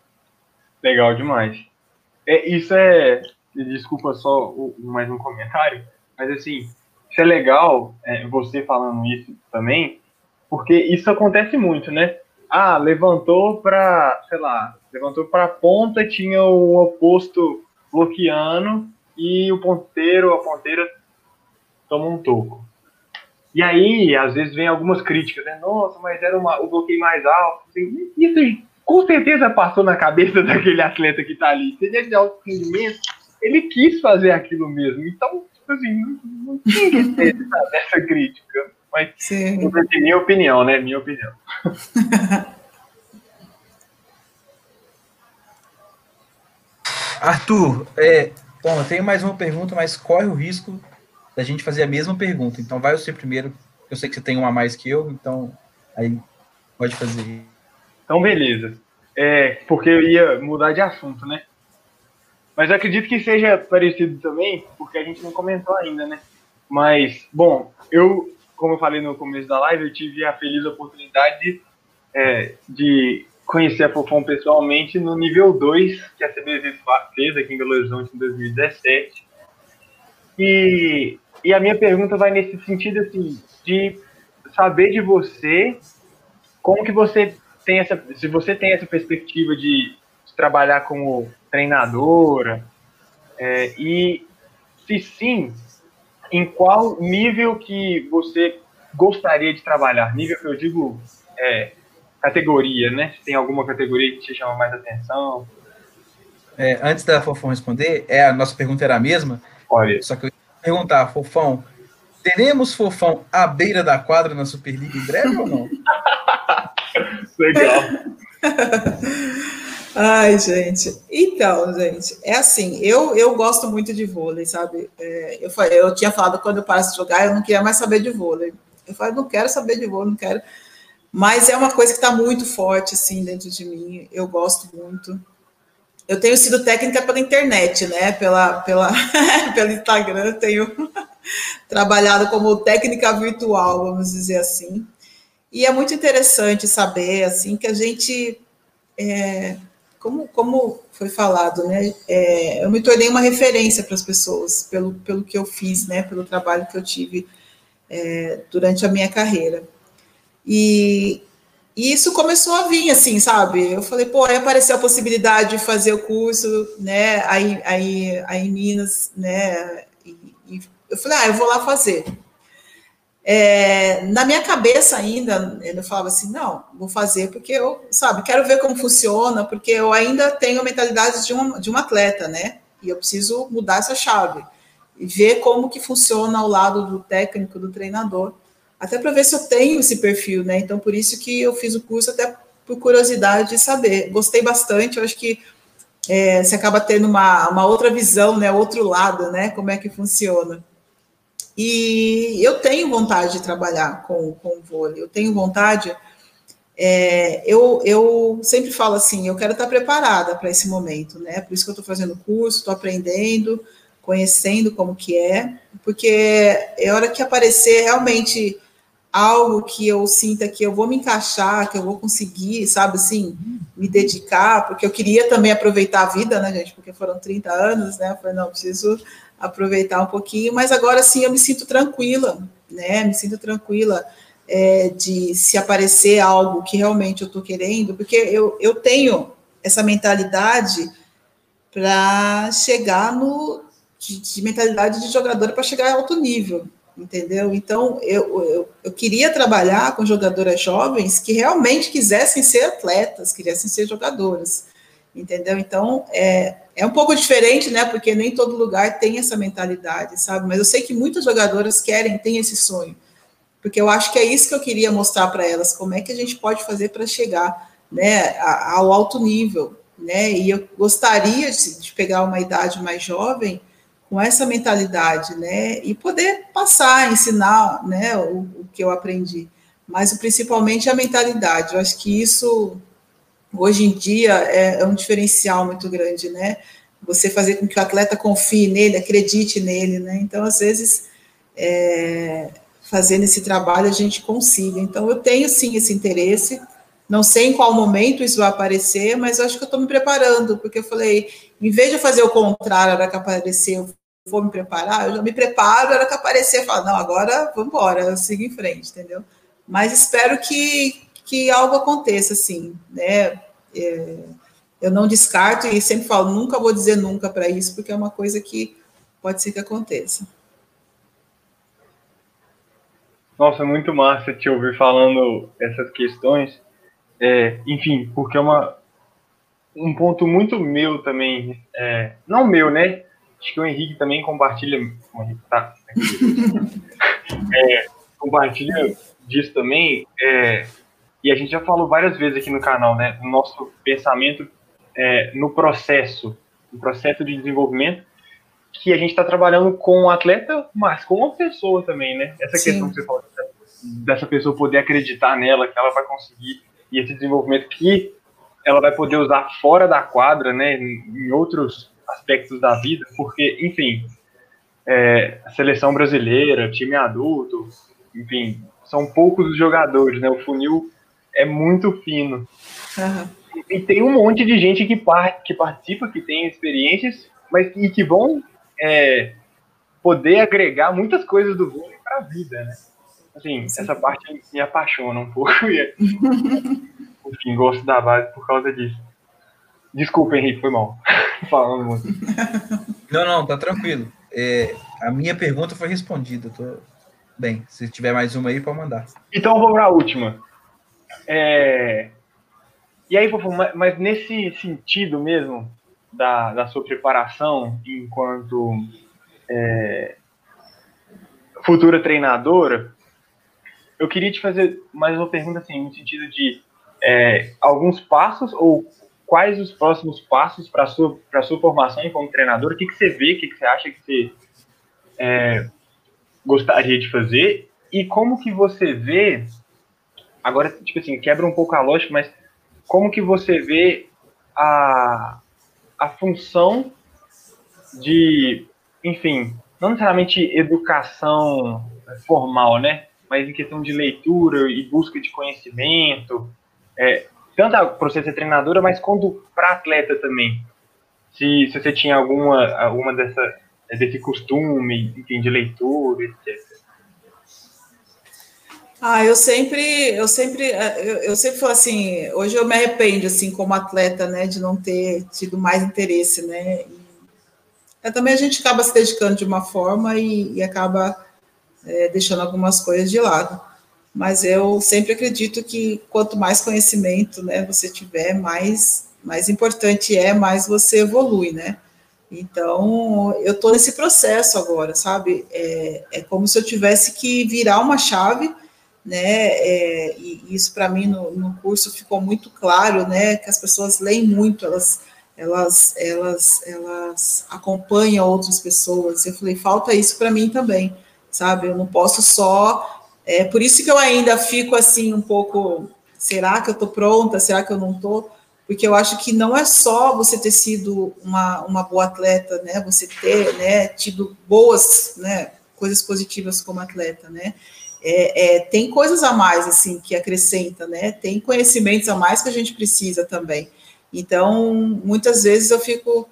Legal demais. É, isso é, desculpa só mais um comentário, mas, assim, isso é legal, é, você falando isso também, porque isso acontece muito, né? Ah, levantou para, sei lá, levantou para a ponta, tinha o oposto bloqueando e o ponteiro, a ponteira toma um toco. E aí, às vezes, vem algumas críticas, né? Nossa, mas era uma, o bloqueio mais alto. Assim, isso com certeza passou na cabeça daquele atleta que tá ali. Se ele é de alto rendimento, ele quis fazer aquilo mesmo. Então, tipo assim, não, não tinha que ter essa crítica. Mas, sim, é minha opinião, né? Minha opinião. Arthur, é, bom, eu tenho mais uma pergunta, mas corre o risco da gente fazer a mesma pergunta. Então, vai você primeiro. Eu sei que você tem uma a mais que eu, então aí pode fazer. Então, beleza. É, porque eu ia mudar de assunto, né? Mas eu acredito que seja parecido também, porque a gente não comentou ainda, né? Mas, bom, eu... como eu falei no começo da live, eu tive a feliz oportunidade de, é, de conhecer a Fofão pessoalmente no nível dois, que a C B V fez aqui em Belo Horizonte em dois mil e dezessete. E, e a minha pergunta vai nesse sentido, assim, de saber de você, como que você tem essa, se você tem essa perspectiva de, de trabalhar como treinadora, é, e se sim, em qual nível que você gostaria de trabalhar? Nível que eu digo é, categoria, né? Se tem alguma categoria que te chama mais atenção? É, antes da Fofão responder, é, a nossa pergunta era a mesma. Olha. Só que eu ia perguntar, Fofão, teremos Fofão à beira da quadra na Superliga em breve ou não? Legal. Ai, gente. Então, gente, é assim, eu, eu gosto muito de vôlei, sabe? É, eu, eu tinha falado quando eu parasse de jogar, eu não queria mais saber de vôlei. Eu falei, não quero saber de vôlei, não quero. Mas é uma coisa que está muito forte, assim, dentro de mim. Eu gosto muito. eu tenho sido técnica pela internet, né? Pela, pela, pelo Instagram, tenho trabalhado como técnica virtual, vamos dizer assim. E é muito interessante saber, assim, que a gente, é, como, como foi falado, né? É, eu me tornei uma referência para as pessoas pelo, pelo que eu fiz, né? Pelo trabalho que eu tive é, durante a minha carreira. E, e isso começou a vir, assim, sabe? Eu falei, pô, aí apareceu a possibilidade de fazer o curso, né? Aí, aí, aí em Minas, né? E, e eu falei, ah, eu vou lá fazer. É, na minha cabeça ainda, eu falava assim, não, vou fazer porque eu, sabe, quero ver como funciona, porque eu ainda tenho a mentalidade de um, de um atleta, né? E eu preciso mudar essa chave e ver como que funciona ao lado do técnico, do treinador, até para ver se eu tenho esse perfil, né? Então, por isso que eu fiz o curso, até por curiosidade de saber. Gostei bastante, eu acho que é, você acaba tendo uma, uma outra visão, né? Outro lado, né? Como é que funciona. E eu tenho vontade de trabalhar com, com o vôlei, eu tenho vontade. É, eu, eu sempre falo assim, eu quero estar preparada para esse momento, né? Por isso que eu estou fazendo curso, estou aprendendo, conhecendo como que é, porque é hora que aparecer realmente algo que eu sinta que eu vou me encaixar, que eu vou conseguir, sabe, assim, me dedicar, porque eu queria também aproveitar a vida, né, gente, porque foram trinta anos, né, eu falei, não, preciso aproveitar um pouquinho, mas agora sim eu me sinto tranquila, né, me sinto tranquila é, de se aparecer algo que realmente eu estou querendo, porque eu, eu tenho essa mentalidade para chegar no, de, de mentalidade de jogadora para chegar a alto nível, entendeu? Então, eu, eu, eu queria trabalhar com jogadoras jovens que realmente quisessem ser atletas, quisessem ser jogadoras, entendeu? Então, é, é um pouco diferente, né? Porque nem todo lugar tem essa mentalidade, sabe? Mas eu sei que muitas jogadoras querem, têm esse sonho, porque eu acho que é isso que eu queria mostrar para elas, como é que a gente pode fazer para chegar, né, ao alto nível, né? E eu gostaria de, de pegar uma idade mais jovem com essa mentalidade, né, e poder passar, ensinar, né, o, o que eu aprendi, mas principalmente a mentalidade. Eu acho que isso, hoje em dia, é, é um diferencial muito grande, né, você fazer com que o atleta confie nele, acredite nele, né, então, às vezes, é, fazendo esse trabalho, a gente consiga. Então, eu tenho, sim, esse interesse, não sei em qual momento isso vai aparecer, mas eu acho que eu estou me preparando, porque eu falei, em vez de fazer o contrário, a hora que aparecer, eu vou me preparar, eu já me preparo, a hora que aparecer, eu falo, não, agora vamos embora, eu sigo em frente, entendeu? Mas espero que, que algo aconteça, assim, né? É, eu não descarto e sempre falo, nunca vou dizer nunca para isso, porque é uma coisa que pode ser que aconteça. Nossa, muito massa te ouvir falando essas questões. É, enfim, porque é uma, um ponto muito meu também, é, não meu, né? Acho que o Henrique também compartilha, o Henrique tá é, compartilha disso também, é, e a gente já falou várias vezes aqui no canal, né? O nosso pensamento é, no processo, no processo de desenvolvimento, que a gente está trabalhando com o atleta, mas com uma pessoa também, né? Essa Sim. questão que você falou, dessa pessoa poder acreditar nela, que ela vai conseguir, e esse desenvolvimento que ela vai poder usar fora da quadra, né, em outros aspectos da vida, porque, enfim, é, a seleção brasileira, time adulto, enfim, são poucos os jogadores, né, o funil é muito fino. Uhum. E, e tem um monte de gente que, par, que participa, que tem experiências, mas e que vão é, poder agregar muitas coisas do vôlei para a vida, né? Assim, Sim. essa parte me apaixona um pouco. Enfim, gosto da base por causa disso. Desculpa, Henrique, foi mal. Falando muito. Não, não, tá tranquilo. É, a minha pergunta foi respondida. Tô... Bem, se tiver mais uma aí, pode mandar. Então, eu vou para a última. É... E aí, Fofo, mas nesse sentido mesmo da, da sua preparação enquanto é, futura treinadora, eu queria te fazer mais uma pergunta assim, no sentido de é, alguns passos ou quais os próximos passos para a sua, para a sua formação como treinador, o que, que você vê, o que, que você acha que você é, gostaria de fazer e como que você vê, agora, tipo assim, quebra um pouco a lógica, mas como que você vê a, a função de, enfim, não necessariamente educação formal, né? Mas em questão de leitura e busca de conhecimento, é, tanto para você ser treinadora, mas quanto para atleta também. Se, se você tinha alguma, alguma dessa, desse costume, enfim, de leitura, etcétera. Ah, eu sempre, eu sempre, eu, eu sempre falo assim, hoje eu me arrependo, assim, como atleta, né, de não ter tido mais interesse, né, e, é, também a gente acaba se dedicando de uma forma e, e acaba é, deixando algumas coisas de lado, mas eu sempre acredito que quanto mais conhecimento, né, você tiver, mais, mais importante é, mais você evolui, né, então eu estou nesse processo agora, sabe, é, é como se eu tivesse que virar uma chave, né, é, e isso para mim no, no curso ficou muito claro, né, que as pessoas leem muito, elas, elas, elas, elas acompanham outras pessoas, eu falei, falta isso para mim também, sabe, eu não posso só, é por isso que eu ainda fico assim um pouco, será que eu estou pronta, será que eu não estou, porque eu acho que não é só você ter sido uma, uma boa atleta, né, você ter, né, tido boas, né, coisas positivas como atleta, né, É, é, tem coisas a mais, assim, que acrescenta, né? Tem conhecimentos a mais que a gente precisa também. Então, muitas vezes eu fico,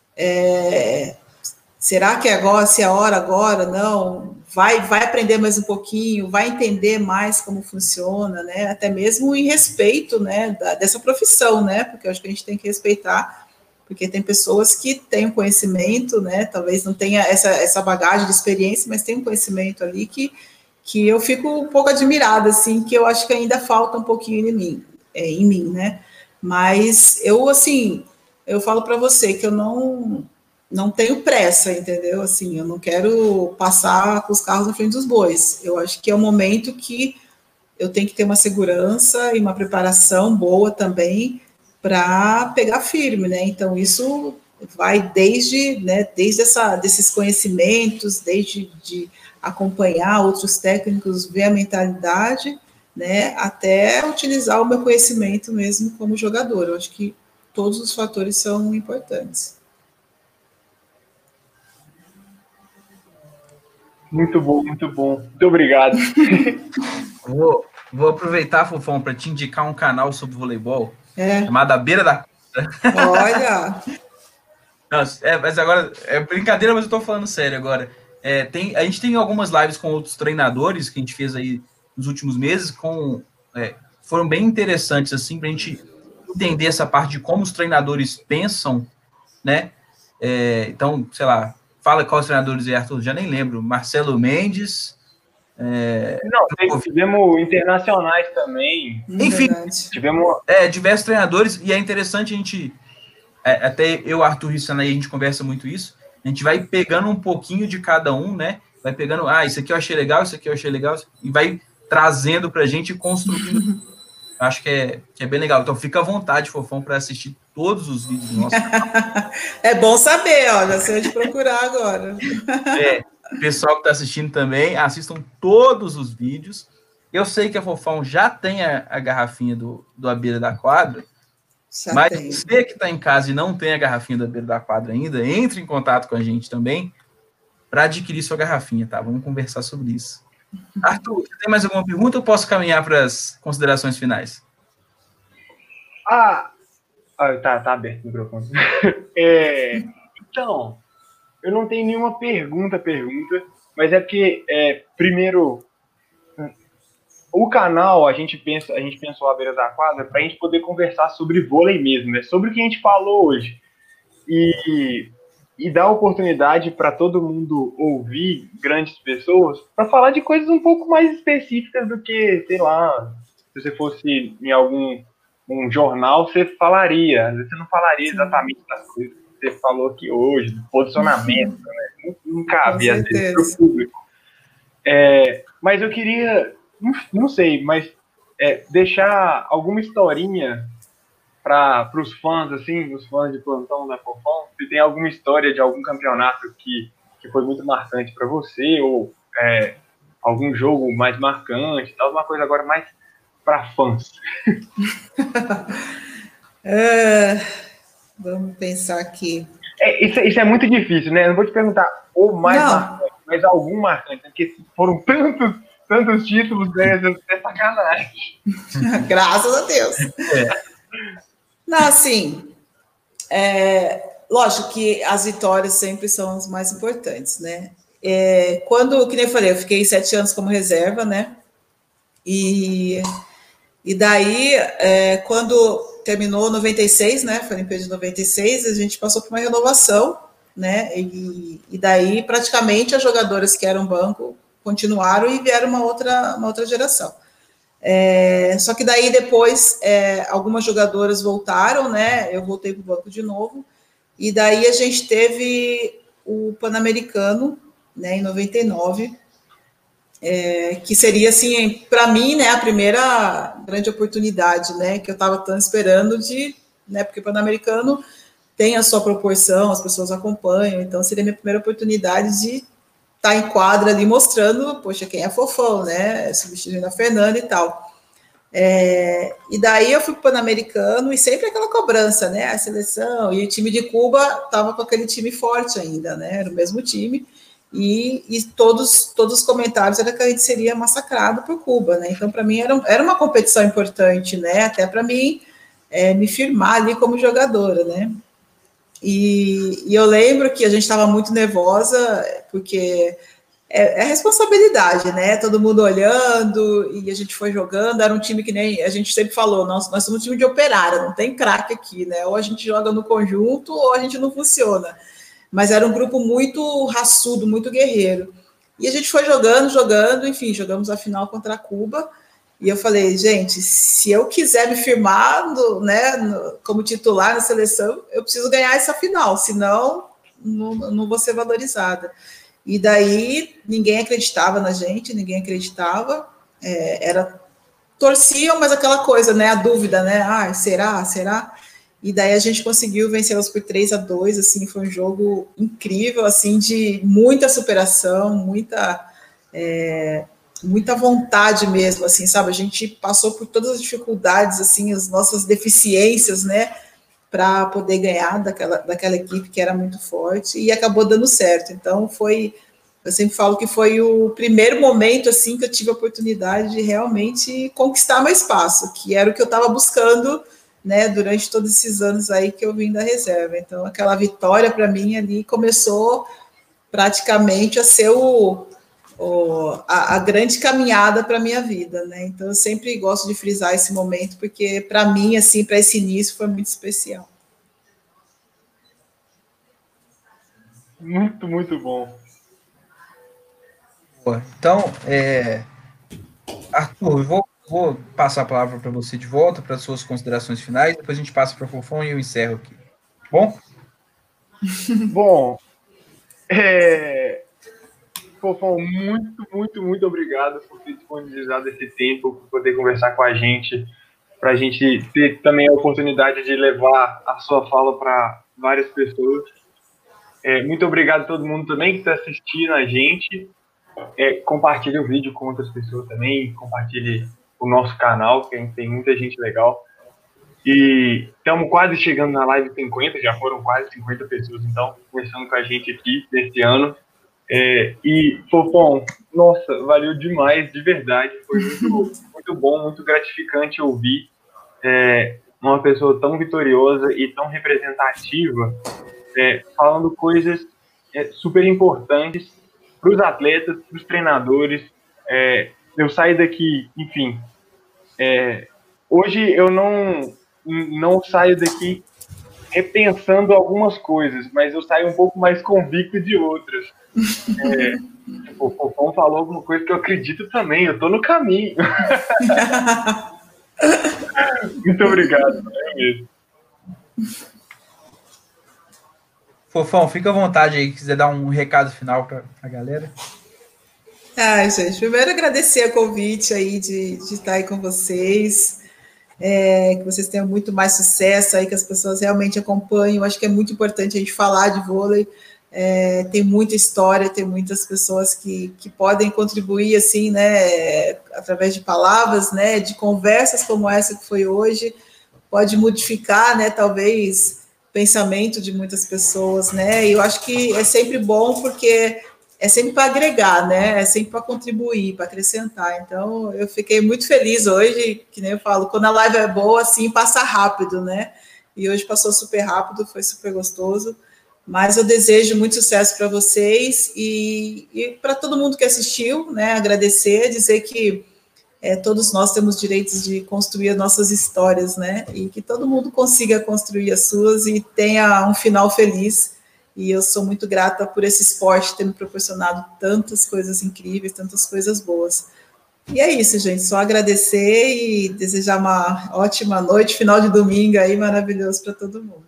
é, será que é agora, se é a hora agora? Não, vai, vai aprender mais um pouquinho, vai entender mais como funciona, né? Até mesmo em respeito, né, da, dessa profissão, né? Porque eu acho que a gente tem que respeitar, porque tem pessoas que têm um conhecimento, né? Talvez não tenha essa, essa bagagem de experiência, mas tem um conhecimento ali que que eu fico um pouco admirada, assim, que eu acho que ainda falta um pouquinho em mim, é, em mim, né? Mas eu, assim, eu falo para você que eu não não tenho pressa, entendeu? Assim, eu não quero passar com os carros na frente dos bois. Eu acho que é um momento que eu tenho que ter uma segurança e uma preparação boa também para pegar firme, né? Então isso vai desde, né, desde essa, desses conhecimentos, desde de acompanhar outros técnicos, ver a mentalidade, né, até utilizar o meu conhecimento mesmo como jogador. Eu acho que todos os fatores são importantes. Muito bom, muito bom. Muito obrigado. Vou, vou aproveitar, Fofão, para te indicar um canal sobre voleibol, é. chamado A Beira da Quadra. Olha! Nossa, é, mas agora, é brincadeira, mas eu tô falando sério agora. É, tem, a gente tem algumas lives com outros treinadores que a gente fez aí nos últimos meses, com, é, foram bem interessantes, assim, pra gente entender essa parte de como os treinadores pensam, né? É, então, sei lá, fala quais treinadores é, Arthur, já nem lembro. Marcelo Mendes. É, Não, tivemos internacionais também. Enfim, Verdade. tivemos é, diversos treinadores, e é interessante a gente, é, até eu, Arthur e Sanaí, a gente conversa muito isso, a gente vai pegando um pouquinho de cada um, né? Vai pegando, ah, isso aqui eu achei legal, isso aqui eu achei legal, e vai trazendo pra gente e construindo. Acho que é, que é bem legal. Então fica à vontade, Fofão, para assistir todos os vídeos do nosso canal. É bom saber, olha, se eu de procurar agora. É, o pessoal que está assistindo também, assistam todos os vídeos. Eu sei que a Fofão já tem a, a garrafinha do, do A Beira da Quadra, Já mas tem. você que está em casa e não tem a garrafinha da Beira da Quadra ainda, entre em contato com a gente também para adquirir sua garrafinha, tá? Vamos conversar sobre isso. Arthur, você tem mais alguma pergunta ou posso caminhar para as considerações finais? Ah, ah tá, tá aberto o microfone. É, então, eu não tenho nenhuma pergunta, pergunta, mas é porque, é, primeiro, o canal, a gente pensa, a gente pensou a beira da quadra para a gente poder conversar sobre vôlei mesmo, né? Sobre o que a gente falou hoje. E, e dar oportunidade para todo mundo ouvir grandes pessoas para falar de coisas um pouco mais específicas do que, sei lá, se você fosse em algum um jornal, você falaria, às vezes você não falaria exatamente das coisas que você falou aqui hoje, do posicionamento, né? Não, não cabe, às vezes, para o público. É, mas eu queria, não, não sei, mas é, deixar alguma historinha para os fãs, assim, os fãs de plantão da Fofão, se tem alguma história de algum campeonato que, que foi muito marcante para você, ou é, algum jogo mais marcante, tal, uma coisa agora mais para fãs. é, Vamos pensar aqui. É, isso, isso é muito difícil, né? Eu não vou te perguntar o mais Não. marcante, mas algum marcante, porque foram tantos, tantos títulos, né? É sacanagem. Graças a Deus. É. Não, assim, é, lógico que as vitórias sempre são as mais importantes, né? É, quando, que nem eu falei, eu fiquei sete anos como reserva, né? E, e daí, é, quando terminou noventa e seis, né? Foi a Olimpíada de noventa e seis, a gente passou por uma renovação, né? E, e daí, praticamente, as jogadoras que eram banco continuaram e vieram uma outra, uma outra geração. É, só que daí, depois, é, algumas jogadoras voltaram, né? Eu voltei para o banco de novo. E daí a gente teve o Pan-Americano, né, em noventa e nove, é, que seria, assim, para mim, né, a primeira grande oportunidade, né, que eu estava tão esperando de, né, porque o Pan-Americano tem a sua proporção, as pessoas acompanham, então seria a minha primeira oportunidade de estar em quadra ali mostrando, poxa, quem é Fofão, né, substituindo a Fernanda e tal. É, e daí eu fui para o Pan-Americano e sempre aquela cobrança, né, a seleção, e o time de Cuba estava com aquele time forte ainda, né, era o mesmo time, e, e todos, todos os comentários era que a gente seria massacrado por Cuba, né, então para mim era, era uma competição importante, né, até para mim é, me firmar ali como jogadora, né, e, e eu lembro que a gente estava muito nervosa, porque é, é responsabilidade, né? Todo mundo olhando e a gente foi jogando. Era um time que nem a gente sempre falou: nós, nós somos um time de operária, não tem craque aqui, né? Ou a gente joga no conjunto ou a gente não funciona. Mas era um grupo muito raçudo, muito guerreiro. E a gente foi jogando, jogando, enfim, jogamos a final contra a Cuba. E eu falei, gente, se eu quiser me firmar no, né, no, como titular na seleção, eu preciso ganhar essa final, senão não, não vou ser valorizada. E daí ninguém acreditava na gente, ninguém acreditava, é, era, torciam, mas aquela coisa, né, a dúvida, né, ah, será, será? E daí a gente conseguiu vencê-los por três a dois, assim, foi um jogo incrível, assim, de muita superação, muita, é, muita vontade mesmo, assim, sabe, a gente passou por todas as dificuldades, assim, as nossas deficiências, né, para poder ganhar daquela, daquela equipe que era muito forte, e acabou dando certo. Então, foi, eu sempre falo que foi o primeiro momento, assim, que eu tive a oportunidade de realmente conquistar meu espaço, que era o que eu estava buscando, né, durante todos esses anos aí que eu vim da reserva. Então, aquela vitória, para mim, ali, começou praticamente a ser o, o, a, a grande caminhada para a minha vida, né? Então, eu sempre gosto de frisar esse momento, porque, para mim, assim, para esse início, foi muito especial. Muito, muito bom. Então, é... Arthur, eu vou, vou passar a palavra para você de volta, para as suas considerações finais, depois a gente passa para o Fofão e eu encerro aqui. Bom? Bom, é... Fofão, muito, muito, muito obrigado por ter disponibilizado esse tempo, por poder conversar com a gente, para a gente ter também a oportunidade de levar a sua fala para várias pessoas. É, muito obrigado a todo mundo também que está assistindo a gente. É, compartilhe o vídeo com outras pessoas também, compartilhe o nosso canal, que a gente tem muita gente legal. E estamos quase chegando na live cinquenta, já foram quase cinquenta pessoas, então, conversando com a gente aqui nesse ano. É, e, Fofão, nossa, valeu demais, de verdade. Foi muito, muito bom, muito gratificante ouvir é, uma pessoa tão vitoriosa e tão representativa é, falando coisas é, super importantes para os atletas, para os treinadores. É, eu saio daqui, enfim, é, hoje eu não, não saio daqui repensando algumas coisas, mas eu saio um pouco mais convicto de outras. É, o Fofão falou alguma coisa que eu acredito também, eu tô no caminho. Muito obrigado, é mesmo. Fofão, fica à vontade aí, quiser dar um recado final para a galera. Ai, gente, primeiro agradecer o convite aí de, de estar aí com vocês. É, que vocês tenham muito mais sucesso aí, que as pessoas realmente acompanhem. Eu acho que é muito importante a gente falar de vôlei. É, tem muita história, tem muitas pessoas que, que podem contribuir, assim, né, através de palavras, né, de conversas como essa que foi hoje, pode modificar, né, talvez pensamento de muitas pessoas, né? E eu acho que é sempre bom porque é sempre para agregar, né? É sempre para contribuir, para acrescentar. Então, eu fiquei muito feliz hoje, que nem eu falo, quando a live é boa, assim, passa rápido, né? E hoje passou super rápido, foi super gostoso. Mas eu desejo muito sucesso para vocês e, e para todo mundo que assistiu, né? Agradecer, dizer que é, todos nós temos direitos de construir as nossas histórias, né? E que todo mundo consiga construir as suas e tenha um final feliz. E eu sou muito grata por esse esporte ter me proporcionado tantas coisas incríveis, tantas coisas boas. E é isso, gente. Só agradecer e desejar uma ótima noite, final de domingo aí maravilhoso para todo mundo.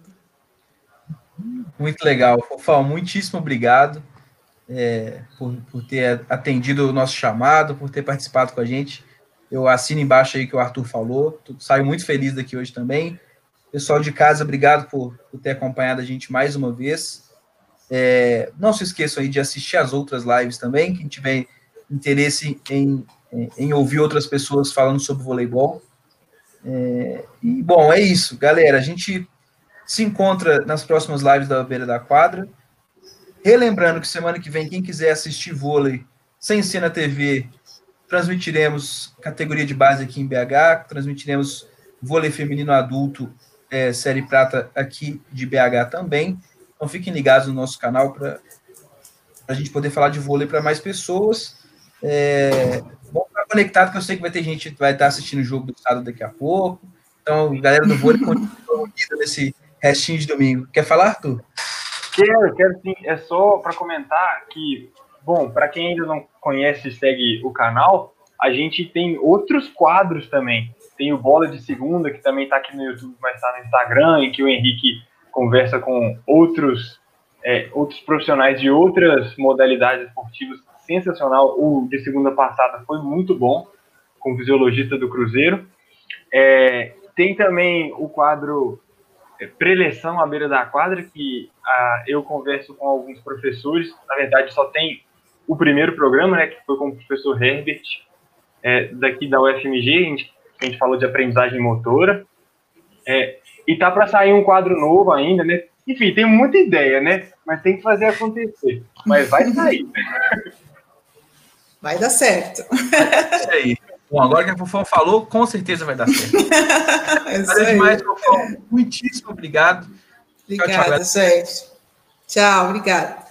Muito legal. Fofão, muitíssimo obrigado é, por, por ter atendido o nosso chamado, por ter participado com a gente. Eu assino embaixo aí que o Arthur falou. Saio muito feliz daqui hoje também. Pessoal de casa, obrigado por, por ter acompanhado a gente mais uma vez. É, não se esqueçam aí de assistir as outras lives também, quem tiver interesse em, em, em ouvir outras pessoas falando sobre voleibol. É, e, bom, é isso, galera. A gente se encontra nas próximas lives da Beira da Quadra. Relembrando que semana que vem, quem quiser assistir vôlei sem ser na T V, transmitiremos categoria de base aqui em B H, transmitiremos vôlei feminino adulto, é, série prata aqui de B H também. Então fiquem ligados no nosso canal para a gente poder falar de vôlei para mais pessoas. É, vamos estar conectado, que eu sei que vai ter gente que vai estar assistindo o jogo do estado daqui a pouco. Então, galera do vôlei, continua unida nesse restinho de domingo. Quer falar, Arthur? Quero, quero sim. É só para comentar que, bom, para quem ainda não conhece e segue o canal, a gente tem outros quadros também. Tem o Bola de Segunda, que também está aqui no YouTube, mas está no Instagram, em que o Henrique conversa com outros, é, outros profissionais de outras modalidades esportivas. Sensacional. O de segunda passada foi muito bom, com o fisiologista do Cruzeiro. É, tem também o quadro Preleção à Beira da Quadra, que ah, eu converso com alguns professores. Na verdade, só tem o primeiro programa, né, que foi com o professor Herbert, é, daqui da U F M G, a gente, a gente falou de aprendizagem motora. É, e tá para sair um quadro novo ainda, né? Enfim, tem muita ideia, né? Mas tem que fazer acontecer. Mas vai sair. Vai dar certo. É isso aí. Bom, agora que a Fofão falou, com certeza vai dar certo. É isso Valeu aí. demais, Fofão. Muitíssimo obrigado. Obrigada, tchau, tchau. Gente. Tchau, obrigada.